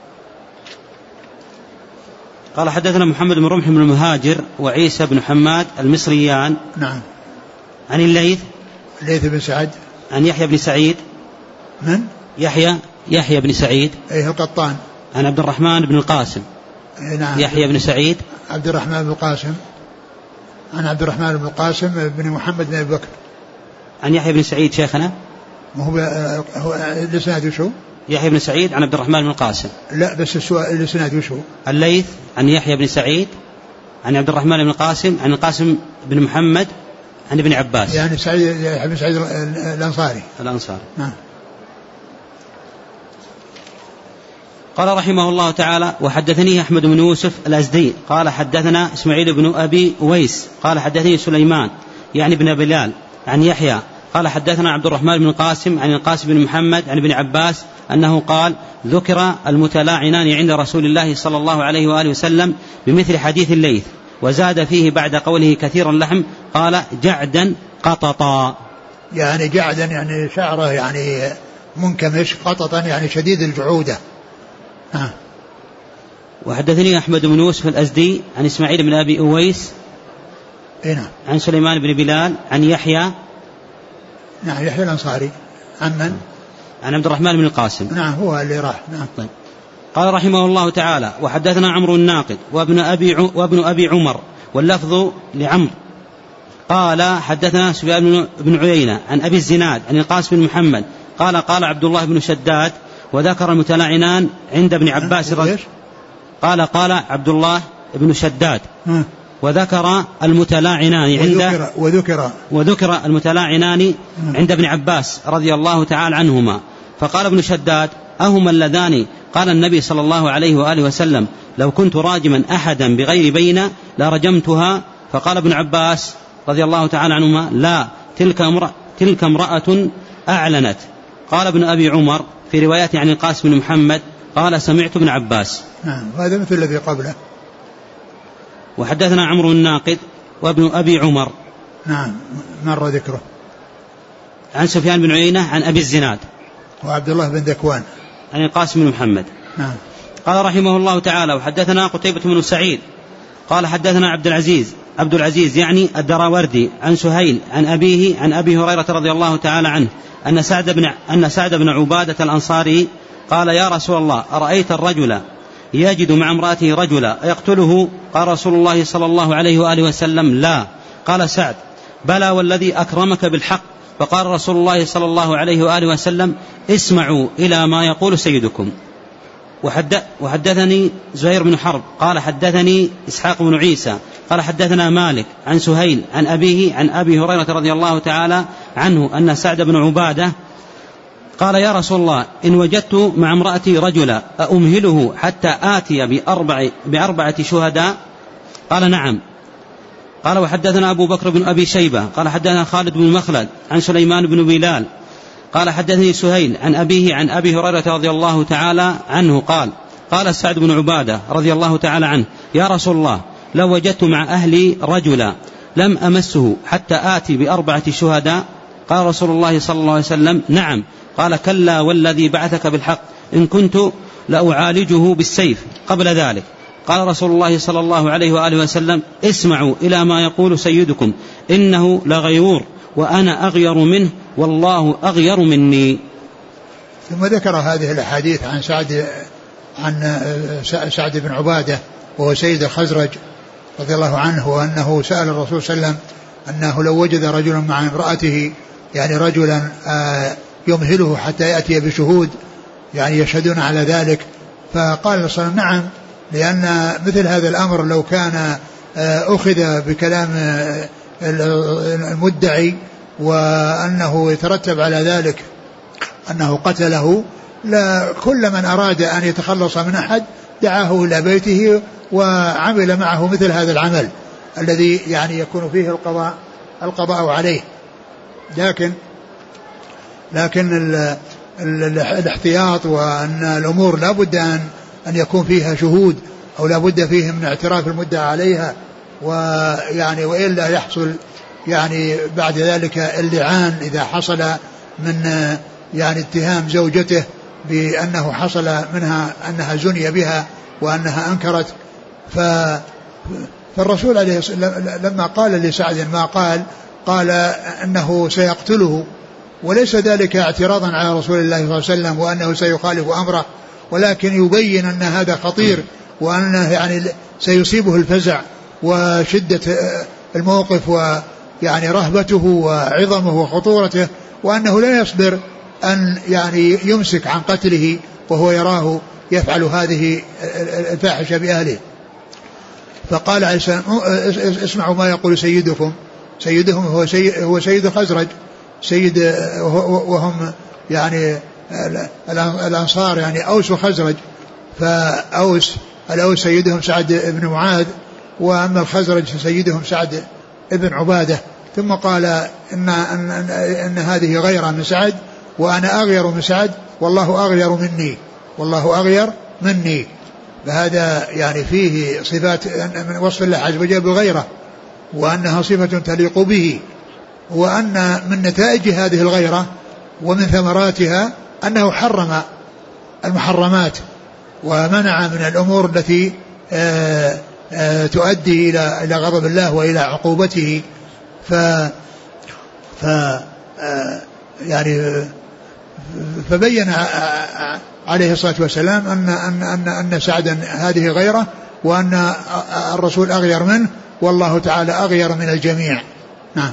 قال حدثنا محمد بن رمح بن المهاجر وعيسى بن حماد المصريان. نعم. عن الليث بن سعد. عن يحيى بن سعيد. من؟ يحيى بن سعيد. أيه القطان. عن عبد الرحمن بن القاسم. نعم. يحيى بن سعيد. عبد الرحمن بن القاسم. عن عبد الرحمن بن القاسم بن محمد بن أبي بكر. عن يحيى بن سعيد شيخنا. هو الإسناد وشو؟ يحيى بن سعيد عن عبد الرحمن بن القاسم. لا بس السؤال الإسناد وشو؟ الليث عن يحيى بن سعيد عن عبد الرحمن بن القاسم عن القاسم بن محمد عن ابن عباس. يعني سعيد بن سعيد الأنصاري. نعم. قال رحمه الله تعالى وحدثني أحمد بن يوسف الأزدي قال حدثنا إسماعيل بن أبي أويس قال حدثني سليمان يعني بن بلال عن يحيى قال حدثنا عبد الرحمن بن القاسم عن القاسم بن محمد عن ابن عباس أنه قال ذكر المتلاعنان عند رسول الله صلى الله عليه وآله وسلم بمثل حديث الليث، وزاد فيه بعد قوله كثير اللحم قال جعدا قططا. يعني جعدا يعني شعره يعني منكمش، قططا يعني شديد الجعودة. وحدثني أحمد بن يوسف الأزدي عن إسماعيل بن أبي أويس عن سليمان بن بلال عن يحيى. نعم. يحيى الأنصاري. عن من؟ عن عبد الرحمن بن القاسم. نعم هو اللي راح. نعم. طيب. قال رحمه الله تعالى وحدثنا عمرو الناقد وابن أبي عمر واللفظ لعمرو قال حدثنا سفيان بن عيينة عن أبي الزناد عن القاسم بن محمد قال قال عبد الله بن شداد وذكر المتلاعنان عند ابن عباس قال عبد الله بن شداد وذكر المتلاعنان عند وذكر المتلاعنان عند ابن عباس رضي الله تعالى عنهما. فقال ابن شداد أهما اللذان قال النبي صلى الله عليه وآله وسلم لو كنت راجما أحدا بغير بينة لرجمتها. فقال ابن عباس رضي الله تعالى عنهما لا، تلك امرأة أعلنت. قال ابن أبي عمر في روايته عن القاسم بن محمد قال سمعت ابن عباس. نعم. هذا مثل الذي قبله. وحدثنا عمرو الناقد وابن أبي عمر. نعم مر ذكره. عن سفيان بن عيينة عن أبي الزناد وعبد الله بن ذكوان عن القاسم بن محمد. نعم. قال رحمه الله تعالى وحدثنا قتيبة بن سعيد قال حدثنا عبد العزيز يعني الدراوردي عن سهيل عن أبيه عن أبي هريرة رضي الله تعالى عنه أن سعد بن عبادة الأنصاري قال يا رسول الله أرأيت الرجل يجد مع امرأته رجلا يقتله؟ قال رسول الله صلى الله عليه وآله وسلم لا. قال سعد بلى والذي أكرمك بالحق. فقال رسول الله صلى الله عليه وآله وسلم اسمعوا إلى ما يقول سيدكم. وحدثني زهير بن حرب قال حدثني إسحاق بن عيسى قال حدثنا مالك عن سهيل عن أبيه عن أبي هريرة رضي الله تعالى عنه أن سعد بن عبادة قال يا رسول الله إن وجدت مع امرأتي رجلا أمهله حتى آتي بأربعة شهداء؟ قال نعم. قال وحدثنا أبو بكر بن أبي شيبة قال حدثنا خالد بن مخلد عن سليمان بن بلال قال حدثني سهيل عن أبيه عن أبي هريرة رضي الله تعالى عنه قال سعد بن عبادة رضي الله تعالى عنه يا رسول الله لو وجدت مع أهلي رجلا لم أمسه حتى آتي بأربعة شهداء؟ قال رسول الله صلى الله عليه وسلم: نعم. قال: كلا والذي بعثك بالحق إن كنت لأعالجه بالسيف قبل ذلك. قال رسول الله صلى الله عليه وآله وسلم: اسمعوا إلى ما يقول سيدكم إنه لغيور وأنا أغير منه والله أغير مني. ثم ذكر هذه الأحاديث عن سعد بن عبادة وهو سيد الخزرج رضي الله عنه، وأنه سأل الرسول صلى الله عليه وسلم أنه لو وجد رجلا مع امرأته، يعني رجلا يمهله حتى يأتي بشهود يعني يشهدون على ذلك، فقال الرسول صلى الله عليه وسلم: نعم، لأن مثل هذا الأمر لو كان أخذ بكلام المدعي وأنه يترتب على ذلك أنه قتله، لا كل من أراد أن يتخلص من أحد دعاه إلى بيته وعمل معه مثل هذا العمل الذي يعني يكون فيه القضاء عليه. لكن الاحتياط وأن الأمور لا بد أن يكون فيها شهود أو لا بد فيه من اعتراف المدعى عليها، ويعني وإلا يحصل يعني بعد ذلك اللعان إذا حصل من يعني اتهام زوجته بأنه حصل منها أنها زني بها وأنها أنكرت. فالرسول عليه لما قال لسعد ما قال أنه سيقتله، وليس ذلك اعتراضا على رسول الله صلى الله عليه وسلم وأنه سيخالف أمره، ولكن يبين أن هذا خطير وأنه يعني سيصيبه الفزع وشدة الموقف ويعني رهبته وعظمه وخطورته، وأنه لا يصبر أن يعني يمسك عن قتله وهو يراه يفعل هذه الفاحشة بأهله. فقال عليه السلام: اسمعوا ما يقول سيدهم هو سيد الخزرج، سيد وهم يعني الأنصار يعني أوس وخزرج، فأوس سيدهم سعد بن معاذ، وأما الخزرج سيدهم سعد بن عبادة. ثم قال إن هذه غير من سعد وأنا أغير من سعد والله أغير مني. فهذا يعني فيه صفات من وصف الله عز وجل بالغيرة، وأنها صفة تليق به، وأن من نتائج هذه الغيرة ومن ثمراتها أنه حرم المحرمات ومنع من الأمور التي تؤدي إلى غضب الله وإلى عقوبته. فبين عليه الصلاة والسلام أن سعدا هذه غيره، وأن الرسول أغير منه والله تعالى أغير من الجميع. نعم.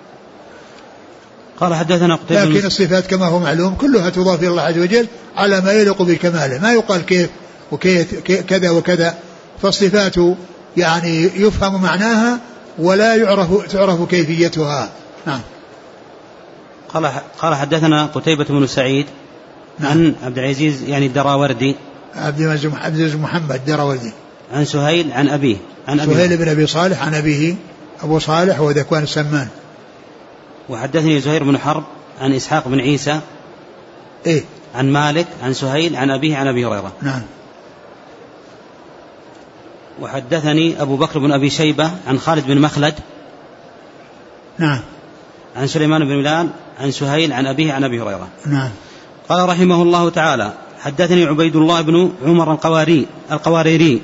قال حدثنا قتيبة، لكن الصفات كما هو معلوم كلها تضاف إلى الله عز وجل على ما يليق بكماله، ما يقال كيف وكيف كذا وكذا، فالصفات يعني يفهم معناها ولا تعرف كيفيتها. نعم. قال حدثنا قتيبة بن سعيد عن عبد العزيز يعني الدراوردي، عبد العزيز محمد الدراوردي، عن سهيل عن أبيه سهيل بن أبي صالح عن أبيه أبو صالح وذكوان السمان. وحدثني زهير بن حرب عن إسحاق بن عيسى عن مالك عن سهيل عن أبيه عن أبي هريرة. نعم. وحدثني أبو بكر بن أبي شيبة عن خالد بن مخلد. نعم. عن سليمان بن بلال عن سهيل عن أبيه عن أبي هريرة. نعم. قال رحمه الله تعالى: حدثني عبيد الله بن عمر القواريري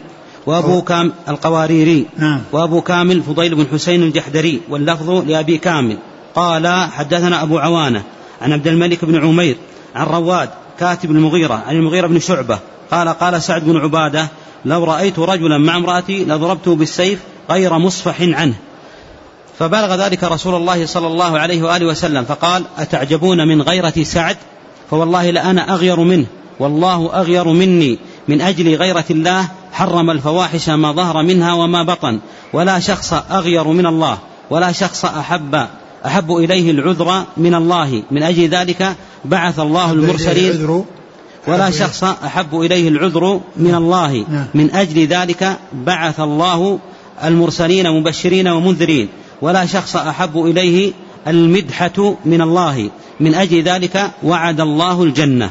وأبو كامل فضيل بن حسين الجحدري، واللفظ لأبي كامل. قال حدثنا أبو عوانة عن عبد الملك بن عمير عن رواد كاتب المغيرة عن المغيرة بن شعبة قال سعد بن عبادة: لو رأيت رجلا مع امرأتي لضربته بالسيف غير مصفح عنه. فبلغ ذلك رسول الله صلى الله عليه وآله وسلم فقال: أتعجبون من غيرة سعد؟ فوالله لأنا أغير منه والله أغير مني. من أجل غيرة الله حرم الفواحش ما ظهر منها وما بطن، ولا شخص أغير من الله، ولا شخص أحب إليه العذر من الله، من أجل ذلك بعث الله المرسلين. ولا شخص أحب إليه العذر من الله، من أجل ذلك بعث الله المرسلين مبشرين ومنذرين. ولا شخص أحب إليه المدحة من الله، من أجل ذلك وعد الله الجنة.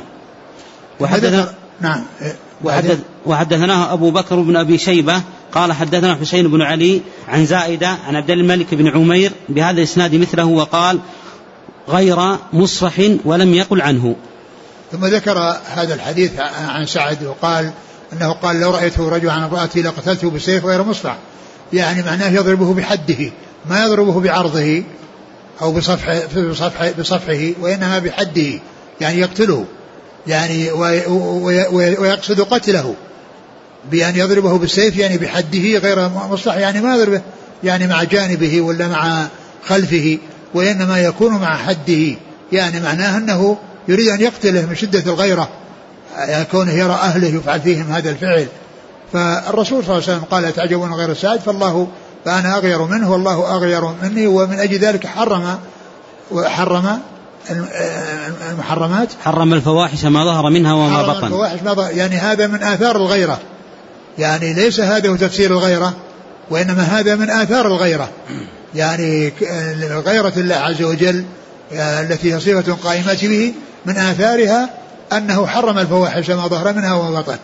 وحدثناه أبو بكر بن أبي شيبة قال حدثنا حسين بن علي عن زائدة عن عبد الملك بن عمير بهذا الإسناد مثله، وقال غير مصفح ولم يقل عنه. ثم ذكر هذا الحديث عن سعد وقال أنه قال لو رأيته رجلا عن امرأتي لقتلته بالسيف غير مصفح، يعني معناه يضربه بحده، ما يضربه بعرضه أو بصفحه وإنما بحده، يعني يقتله، يعني ويقصد قتله بأن يضربه بالسيف، يعني بحده غير مصلح، يعني ما يضربه يعني مع جانبه ولا مع خلفه، وإنما يكون مع حده، يعني معناه أنه يريد أن يقتله من شدة الغيرة، يعني كونه يرى أهله يفعل فيهم هذا الفعل. فالرسول صلى الله عليه وسلم قال أتعجبون غير السعد فأنا أغير منه والله أغير مني، ومن أجل ذلك حرم المحرمات، حرم الفواحش ما ظهر منها وما بطن، يعني هذا من آثار الغيرة، يعني ليس هذا هو تفسير الغيرة، وإنما هذا من آثار الغيرة، يعني غيرة الله عز وجل التي هي صفة قائمة به، من آثارها أنه حرم الفواحش ما ظهر منها وما بطن.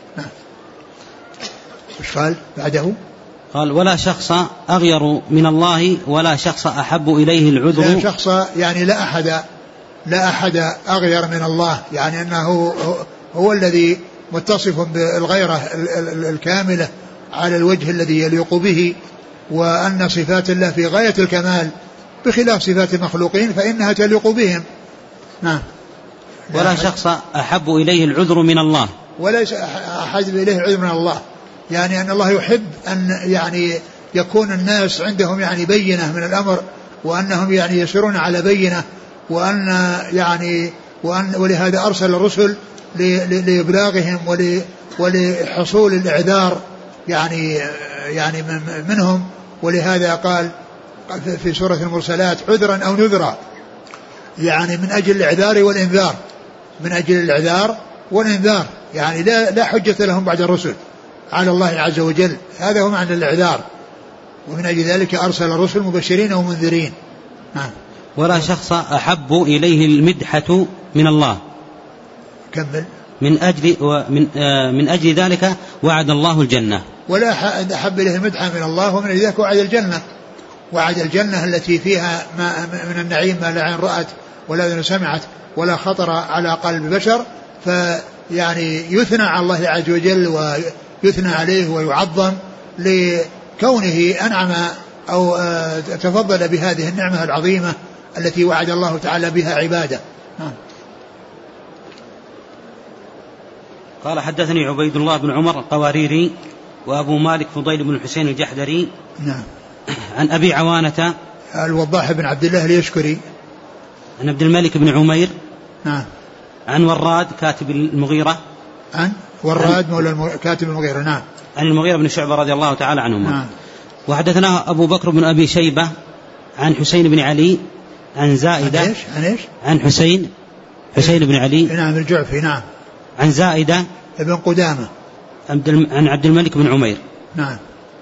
ايش قال بعده؟ قال ولا شخص أغير من الله ولا شخص أحب إليه العذر. لا شخص يعني لا أحد أغير من الله، يعني أنه هو الذي متصف بالغيرة الكاملة على الوجه الذي يليق به، وأن صفات الله في غاية الكمال بخلاف صفات المخلوقين فإنها تليق بهم. نعم. ولا شخص أحب إليه العذر من الله، وليس أحب إليه العذر من الله، يعني أن الله يحب أن يعني يكون الناس عندهم يعني بينة من الأمر، وأنهم يعني يسيرون على بينة، ولهذا أرسل الرسل لإبلاغهم ولحصول الإعذار يعني منهم، ولهذا قال في سورة المرسلات عذرا أو نذرا، يعني من أجل الإعذار والإنذار، من أجل الإعذار والإنذار، يعني لا حجة لهم بعد الرسل على الله عز وجل، هذا هو معنى الإعذار، ومن أجل ذلك أرسل الرسل مبشرين ومنذرين. نعم. ولا شخص أحب إليه المدحة من الله. كمل. من أجل ذلك وعد الله الجنة. ولا أحب إليه المدحة من الله، ومن أجل ذلك وعد الجنة التي فيها ما من النعيم ما لا عين رأت ولا أذن سمعت ولا خطر على قلب بشر، فيعني يثنى على الله عز وجل ويثنى عليه ويعظم لكونه أنعم أو تفضل بهذه النعمة العظيمة التي وعد الله تعالى بها عباده. قال حدثني عبيد الله بن عمر القواريري وأبو مالك فضيل بن الحسين الجحدري. نعم. عن أبي عوانة الوضاح بن عبد الله اليشكري. عن عبد الملك بن عمير. نعم. عن وراد كاتب المغيرة. عن وراد مولى كاتب المغيرة. نعم. عن المغيرة بن شعبة رضي الله تعالى عنهما. نعم. وحدثنا أبو بكر بن أبي شيبة عن حسين بن علي عن زائدة. عن إيش؟ عن حسين بن علي. نعم الجعفي. نعم. عن زائدة ابن قدامة عن عبد الملك بن عمير. نعم.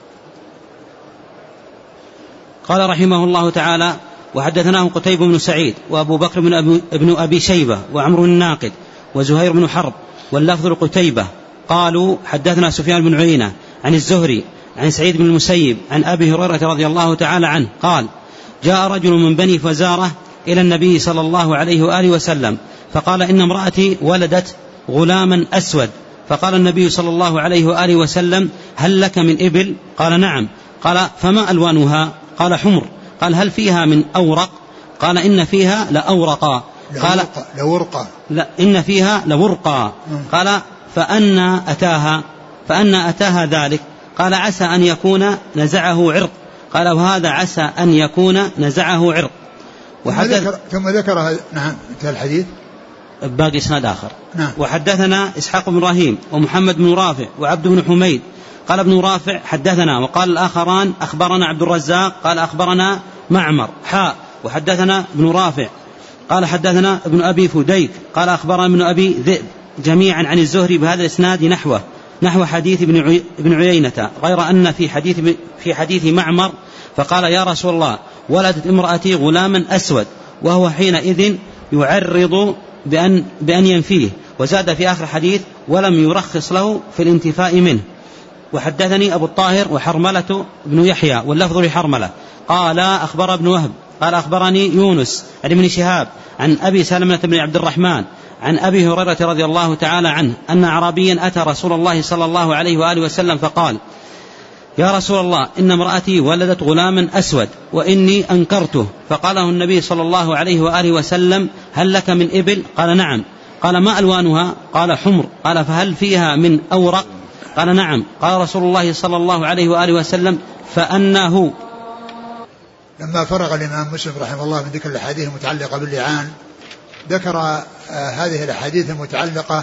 قال رحمه الله تعالى وحدثناه قتيبة بن سعيد وأبو بكر بن أبي شيبة وعمر الناقد وزهير بن حرب واللفظ القتيبة قالوا حدثنا سفيان بن عيينة عن الزهري عن سعيد بن المسيب عن أبي هريرة رضي الله تعالى عنه قال جاء رجل من بني فزارة إلى النبي صلى الله عليه وآله وسلم فقال إن امرأتي ولدت غلاما أسود، فقال النبي صلى الله عليه وآله وسلم هل لك من إبل؟ قال نعم. قال فما ألوانها؟ قال حمر. قال هل فيها من أورق؟ قال إن فيها لأورقا. قال لورقا. لا إن فيها لورقا. قال فأنا أتاها ذلك؟ قال عسى أن يكون نزعه عرق. قال وهذا عسى أن يكون نزعه عرق. ثم ذكر هذا. نعم. انتهى الحديث. باقي إسناد آخر. نعم. وحدثنا إسحاق بن إبراهيم ومحمد بن رافع وعبد بن حميد. قال ابن رافع حدثنا، وقال الآخران أخبرنا عبد الرزاق قال أخبرنا معمر وحدثنا ابن رافع قال حدثنا ابن أبي فديك قال أخبرنا ابن أبي ذئب جميعا عن الزهري بهذا الإسناد نحو حديث ابن عيينة، غير أن في حديث معمر فقال يا رسول الله ولدت امرأتي غلاما أسود، وهو حينئذ يعرض بأن ينفيه، وزاد في آخر حديث ولم يرخص له في الانتفاء منه. وحدثني أبو الطاهر وحرملة بن يحيى واللفظ لحرملة قال أخبر ابن وهب قال أخبرني يونس عن ابن شهاب عن أبي سلمة بن عبد الرحمن عن أبي هريرة رضي الله تعالى عنه أن أعرابيا أتى رسول الله صلى الله عليه وآله وسلم فقال: يا رسول الله، إن امرأتي ولدت غلاما أسود وإني أنكرته. فقاله النبي صلى الله عليه وآله وسلم: هل لك من إبل؟ قال: نعم. قال: ما ألوانها؟ قال: حمر. قال: فهل فيها من أورق؟ قال: نعم. قال رسول الله صلى الله عليه وآله وسلم: فأنه. لما فرغ الإمام مسلم رحمه الله من ذكر الأحاديث المتعلقة باللعان ذكر هذه الأحاديث المتعلقة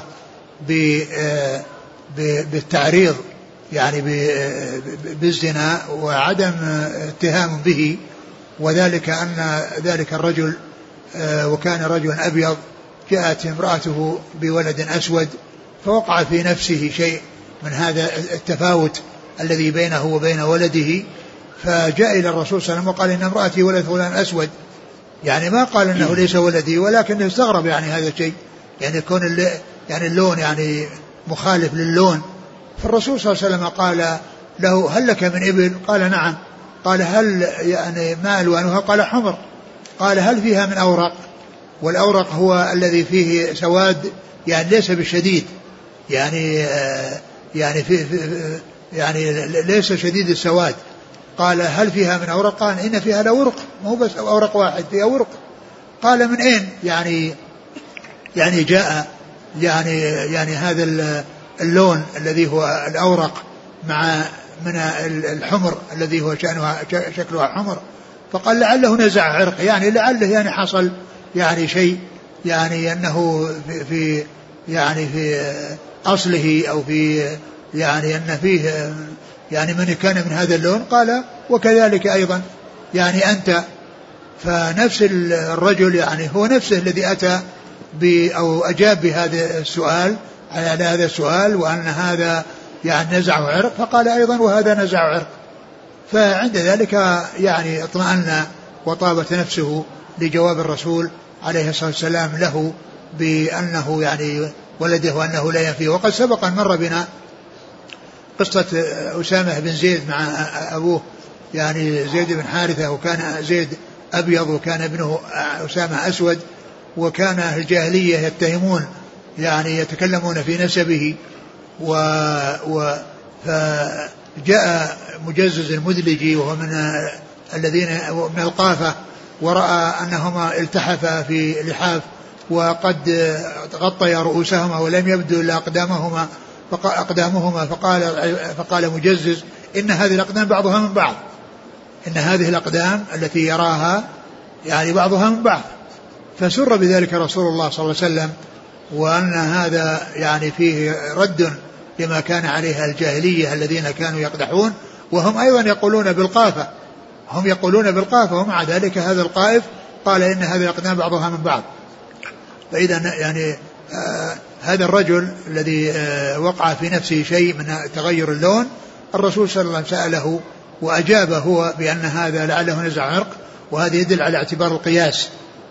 بالتعريض يعني بالزنا وعدم اتهام به، وذلك أن ذلك الرجل وكان رجلا أبيض جاءت امرأته بولد أسود فوقع في نفسه شيء من هذا التفاوت الذي بينه وبين ولده، فجاء إلى الرسول صلى الله عليه وسلم وقال: إن امرأتي ولدت غلام أسود. يعني ما قال إنه ليس ولدي، ولكنه استغرب يعني هذا الشيء، يعني يكون يعني اللون يعني مخالف للون. فالرسول صلى الله عليه وسلم قال له: هل لك من إبل؟ قال: نعم. قال: هل يعني ما ألوانها؟ قال: حمر. قال: هل فيها من أورق؟ والأورق هو الذي فيه سواد يعني ليس بالشديد، يعني يعني ليس شديد السواد. قال: هل فيها من أورق؟ قال: إن فيها لورق، مو بس أورق واحد، فيها ورق. قال: من أين يعني جاء يعني هذا اللون الذي هو الأورق من الحمر الذي هو شكلها حمر؟ فقال: لعله نزع عرق، يعني لعله يعني حصل يعني شيء يعني أنه في أصله أو في يعني أن فيه يعني من كان من هذا اللون. قال: وكذلك أيضا يعني أنت. فنفس الرجل يعني هو نفسه الذي أتى أو أجاب بهذا السؤال على هذا السؤال، وأن هذا يعني نزع عرق، فقال أيضا: وهذا نزع عرق. فعند ذلك يعني اطمأن وطابت نفسه لجواب الرسول عليه الصلاة والسلام له بأنه يعني ولده وأنه لا ينفيه. وقد سبق أن مر بنا قصة أسامة بن زيد مع أبوه يعني زيد بن حارثة، وكان زيد أبيض وكان ابنه أسامة أسود، وكان الجاهلية يتهمون يعني يتكلمون في نسبه. فجاء مجزز المدلجي وهو من الذين من القافة، ورأى أنهما التحفا في لحاف وقد غطيا رؤوسهما ولم يبدو إلا أقدامهما، فقال مجزز: إن هذه الأقدام بعضها من بعض، إن هذه الأقدام التي يراها يعني بعضها من بعض. فسر بذلك رسول الله صلى الله عليه وسلم، وأن هذا يعني فيه رد لما كان عليها الجاهلية الذين كانوا يقدحون، وهم أيضا يقولون بالقافة، هم يقولون بالقافة، ومع ذلك هذا القائف قال إن هذه الأقدام بعضها من بعض. فإذا يعني هذا الرجل الذي وقع في نفسه شيء من تغير اللون، الرسول صلى الله عليه وسلم سأله وأجاب هو بأن هذا لعله نزع عرق، وهذا يدل على اعتبار القياس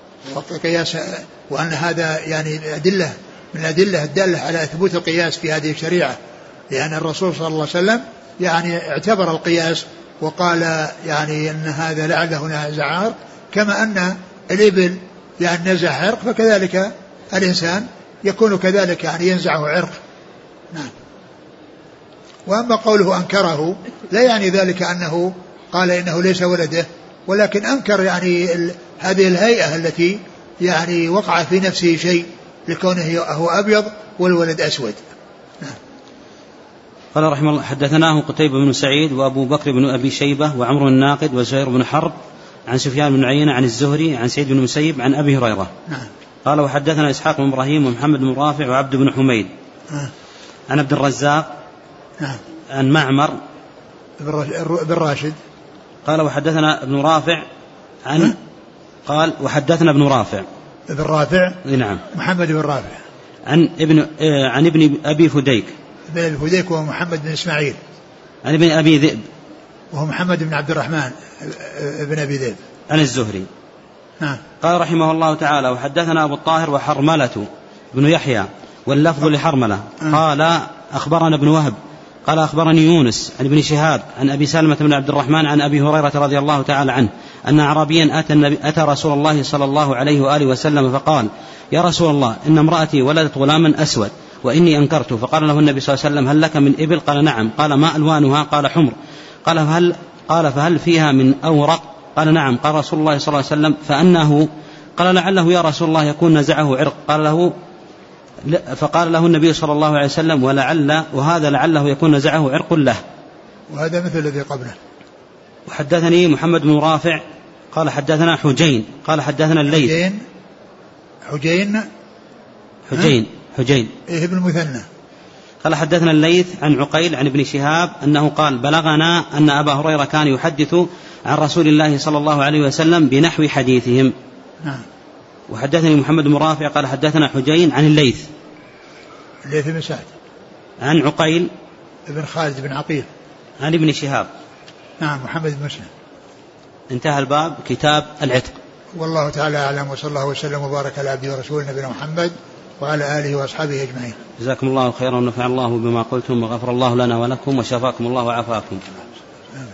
وأن هذا يعني أدلة من الأدلة الدالة على ثبوت القياس في هذه الشريعة، لأن الرسول صلى الله عليه وسلم يعني اعتبر القياس وقال يعني أن هذا لعله نزع عرق، كما أن الإبل يعني نزع عرق، فكذلك الإنسان يكون كذلك يعني ينزع عرق. نعم. وأما قوله أنكره لا يعني ذلك أنه قال إنه ليس ولده، ولكن أنكر يعني هذه الهيئة التي يعني وقع في نفسه شيء لكونه هو أبيض والولد أسود. نعم. قال رحمه الله: حدثناه قتيبة بن سعيد وأبو بكر بن أبي شيبة وعمر الناقد وزهير بن حرب عن سفيان بن عيينة عن الزهري عن سعيد بن المسيب عن أبي هريرة. نعم. قال: وحدثنا إسحاق بن إبراهيم ومحمد بن رافع وعبد بن حميد عن عبد الرزاق عن معمر بن راشد قال: وحدثنا ابن رافع عن قال: وحدثنا ابن رافع ابن رافع نعم محمد بن رافع عن ابن أبي فديك، ابن أبي فديك وهو محمد بن إسماعيل، عن ابن أبي ذئب وهو محمد بن عبد الرحمن ابن أبي ذئب، عن الزهري. قال رحمه الله تعالى: وحدثنا أبو الطاهر وحرملة بن يحيى واللفظ لحرملة قال: أخبرنا ابن وهب قال: أخبرني يونس عن ابن شهاب عن أبي سلمة بن عبد الرحمن عن أبي هريرة رضي الله تعالى عنه أن أعرابيا أتى رسول الله صلى الله عليه وآله وسلم فقال: يا رسول الله، إن امرأتي ولدت غلاما أسود وإني أنكرت. فقال له النبي صلى الله عليه وسلم: هل لك من إبل؟ قال: نعم. قال: ما ألوانها؟ قال: حمر. قال: فهل فيها من أورق؟ قال: نعم. قال رسول الله صلى الله عليه وسلم: فأنه؟ قال: لعله يا رسول الله يكون نزعه عرق. فقال له النبي صلى الله عليه وسلم: وهذا لعله يكون نزعه عرق له. وهذا مثل الذي قبله. وحدثني محمد بن رافع قال حدثنا حجين قال حدثنا الليث. حجين ابن المثنى قال حدثنا الليث عن عقيل عن ابن شهاب أنه قال: بلغنا أن أبا هريرة كان يحدث عن رسول الله صلى الله عليه وسلم بنحو حديثهم. نعم. وحدثني محمد بن رافع قال حدثنا حجين عن الليث بن سعد عن عقيل ابن خالد بن عقيل عن ابن شهاب. نعم. محمد بن مسلم. انتهى الباب. كتاب العتق. والله تعالى أعلم، وصلى الله وسلم وبارك على عبده ورسوله نبينا محمد وعلى آله وأصحابه أجمعين. جزاكم الله خيرا ونفع الله بما قلتم وغفر الله لنا ولكم وشفاكم الله وعافاكم. آمين.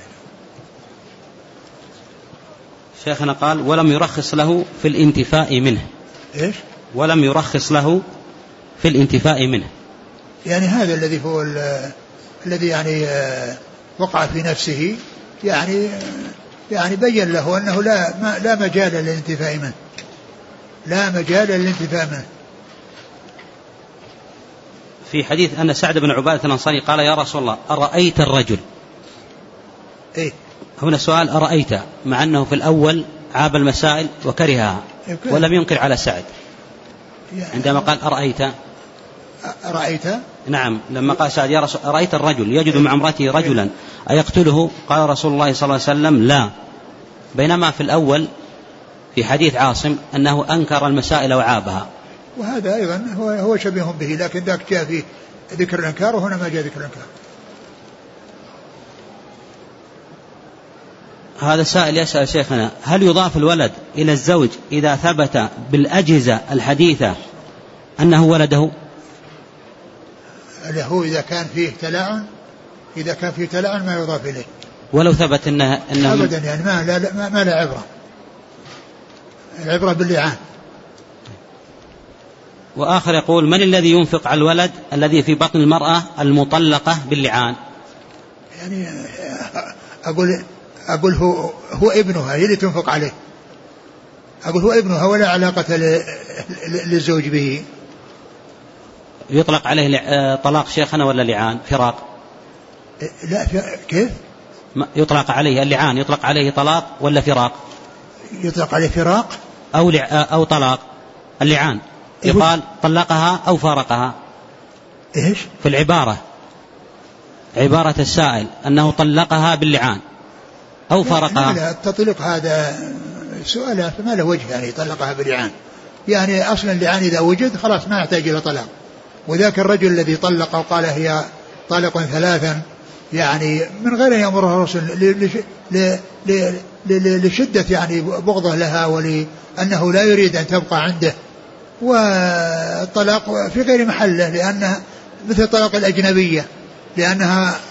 شيخنا قال: ولم يرخص له في الانتفاء منه. إيش؟ ولم يرخص له في الانتفاء منه، يعني هذا الذي هو الذي يعني وقع في نفسه، يعني بين له أنه لا مجال للانتفاء منه، لا مجال للانتفاء منه. في حديث أن سعد بن عبادة الأنصاري قال: يا رسول الله، أرأيت الرجل؟ إيه؟ هنا سؤال: أرأيت، مع أنه في الأول عاب المسائل وكرهها ولم ينكر على سعد، عندما قال أرأيت. نعم. لما قال سعد: يا رسول، أرأيت الرجل يجد مع امرأته رجلا أيقتله؟ قال رسول الله صلى الله عليه وسلم: لا. بينما في الأول في حديث عاصم أنه أنكر المسائل وعابها. وهذا أيضا هو شبيه به، لكن ذاك جاء فيه ذكر الإنكار وهنا ما جاء ذكر الإنكار. هذا سائل يسأل شيخنا: هل يضاف الولد إلى الزوج إذا ثبت بالأجهزة الحديثة أنه ولده؟ له إذا كان فيه تلاعن ما يضاف إليه، ولو ثبت أنه أبدا، يعني ما لا عبرة. العبرة باللعان. وآخر يقول: من الذي ينفق على الولد الذي في بطن المرأة المطلقة باللعان؟ يعني أقول هو ابنها، هي اللي تنفق عليه. أقول هو ابنها ولا علاقة للزوج به. يطلق عليه طلاق شيخنا ولا لعان؟ فراق؟ لا، كيف يطلق عليه اللعان؟ يطلق عليه طلاق ولا فراق؟ يطلق عليه فراق أو طلاق. اللعان يقال طلقها أو فارقها. إيش؟ في العبارة، عبارة السائل أنه طلقها باللعان أو فارقها. لا، التطليق هذا سؤال فما له وجه، يعني طلقها باللعان. يعني أصلا اللعان إذا وجد خلاص ما يحتاج إلى طلاق. وذاك الرجل الذي طلق وقال هي طالق ثلاثا، يعني من غير أن يأمره الرسول لشدة يعني بغضه لها ولأنه لا يريد أن تبقى عنده. والطلاق في غير محله، لأنها مثل طلاق الأجنبية، لأنها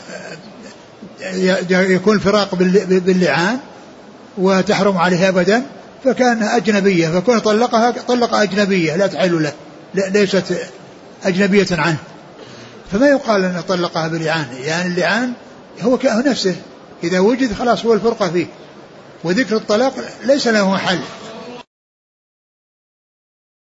يكون الفراق باللعان وتحرم عليه أبدا، فكان أجنبية، فكون طلق أجنبية لا تحل له، ليست أجنبية عنه، فما يقال أن طلقها باللعان. يعني اللعان هو نفسه إذا وجد خلاص هو الفرقة فيه، وذكر الطلاق ليس له محل.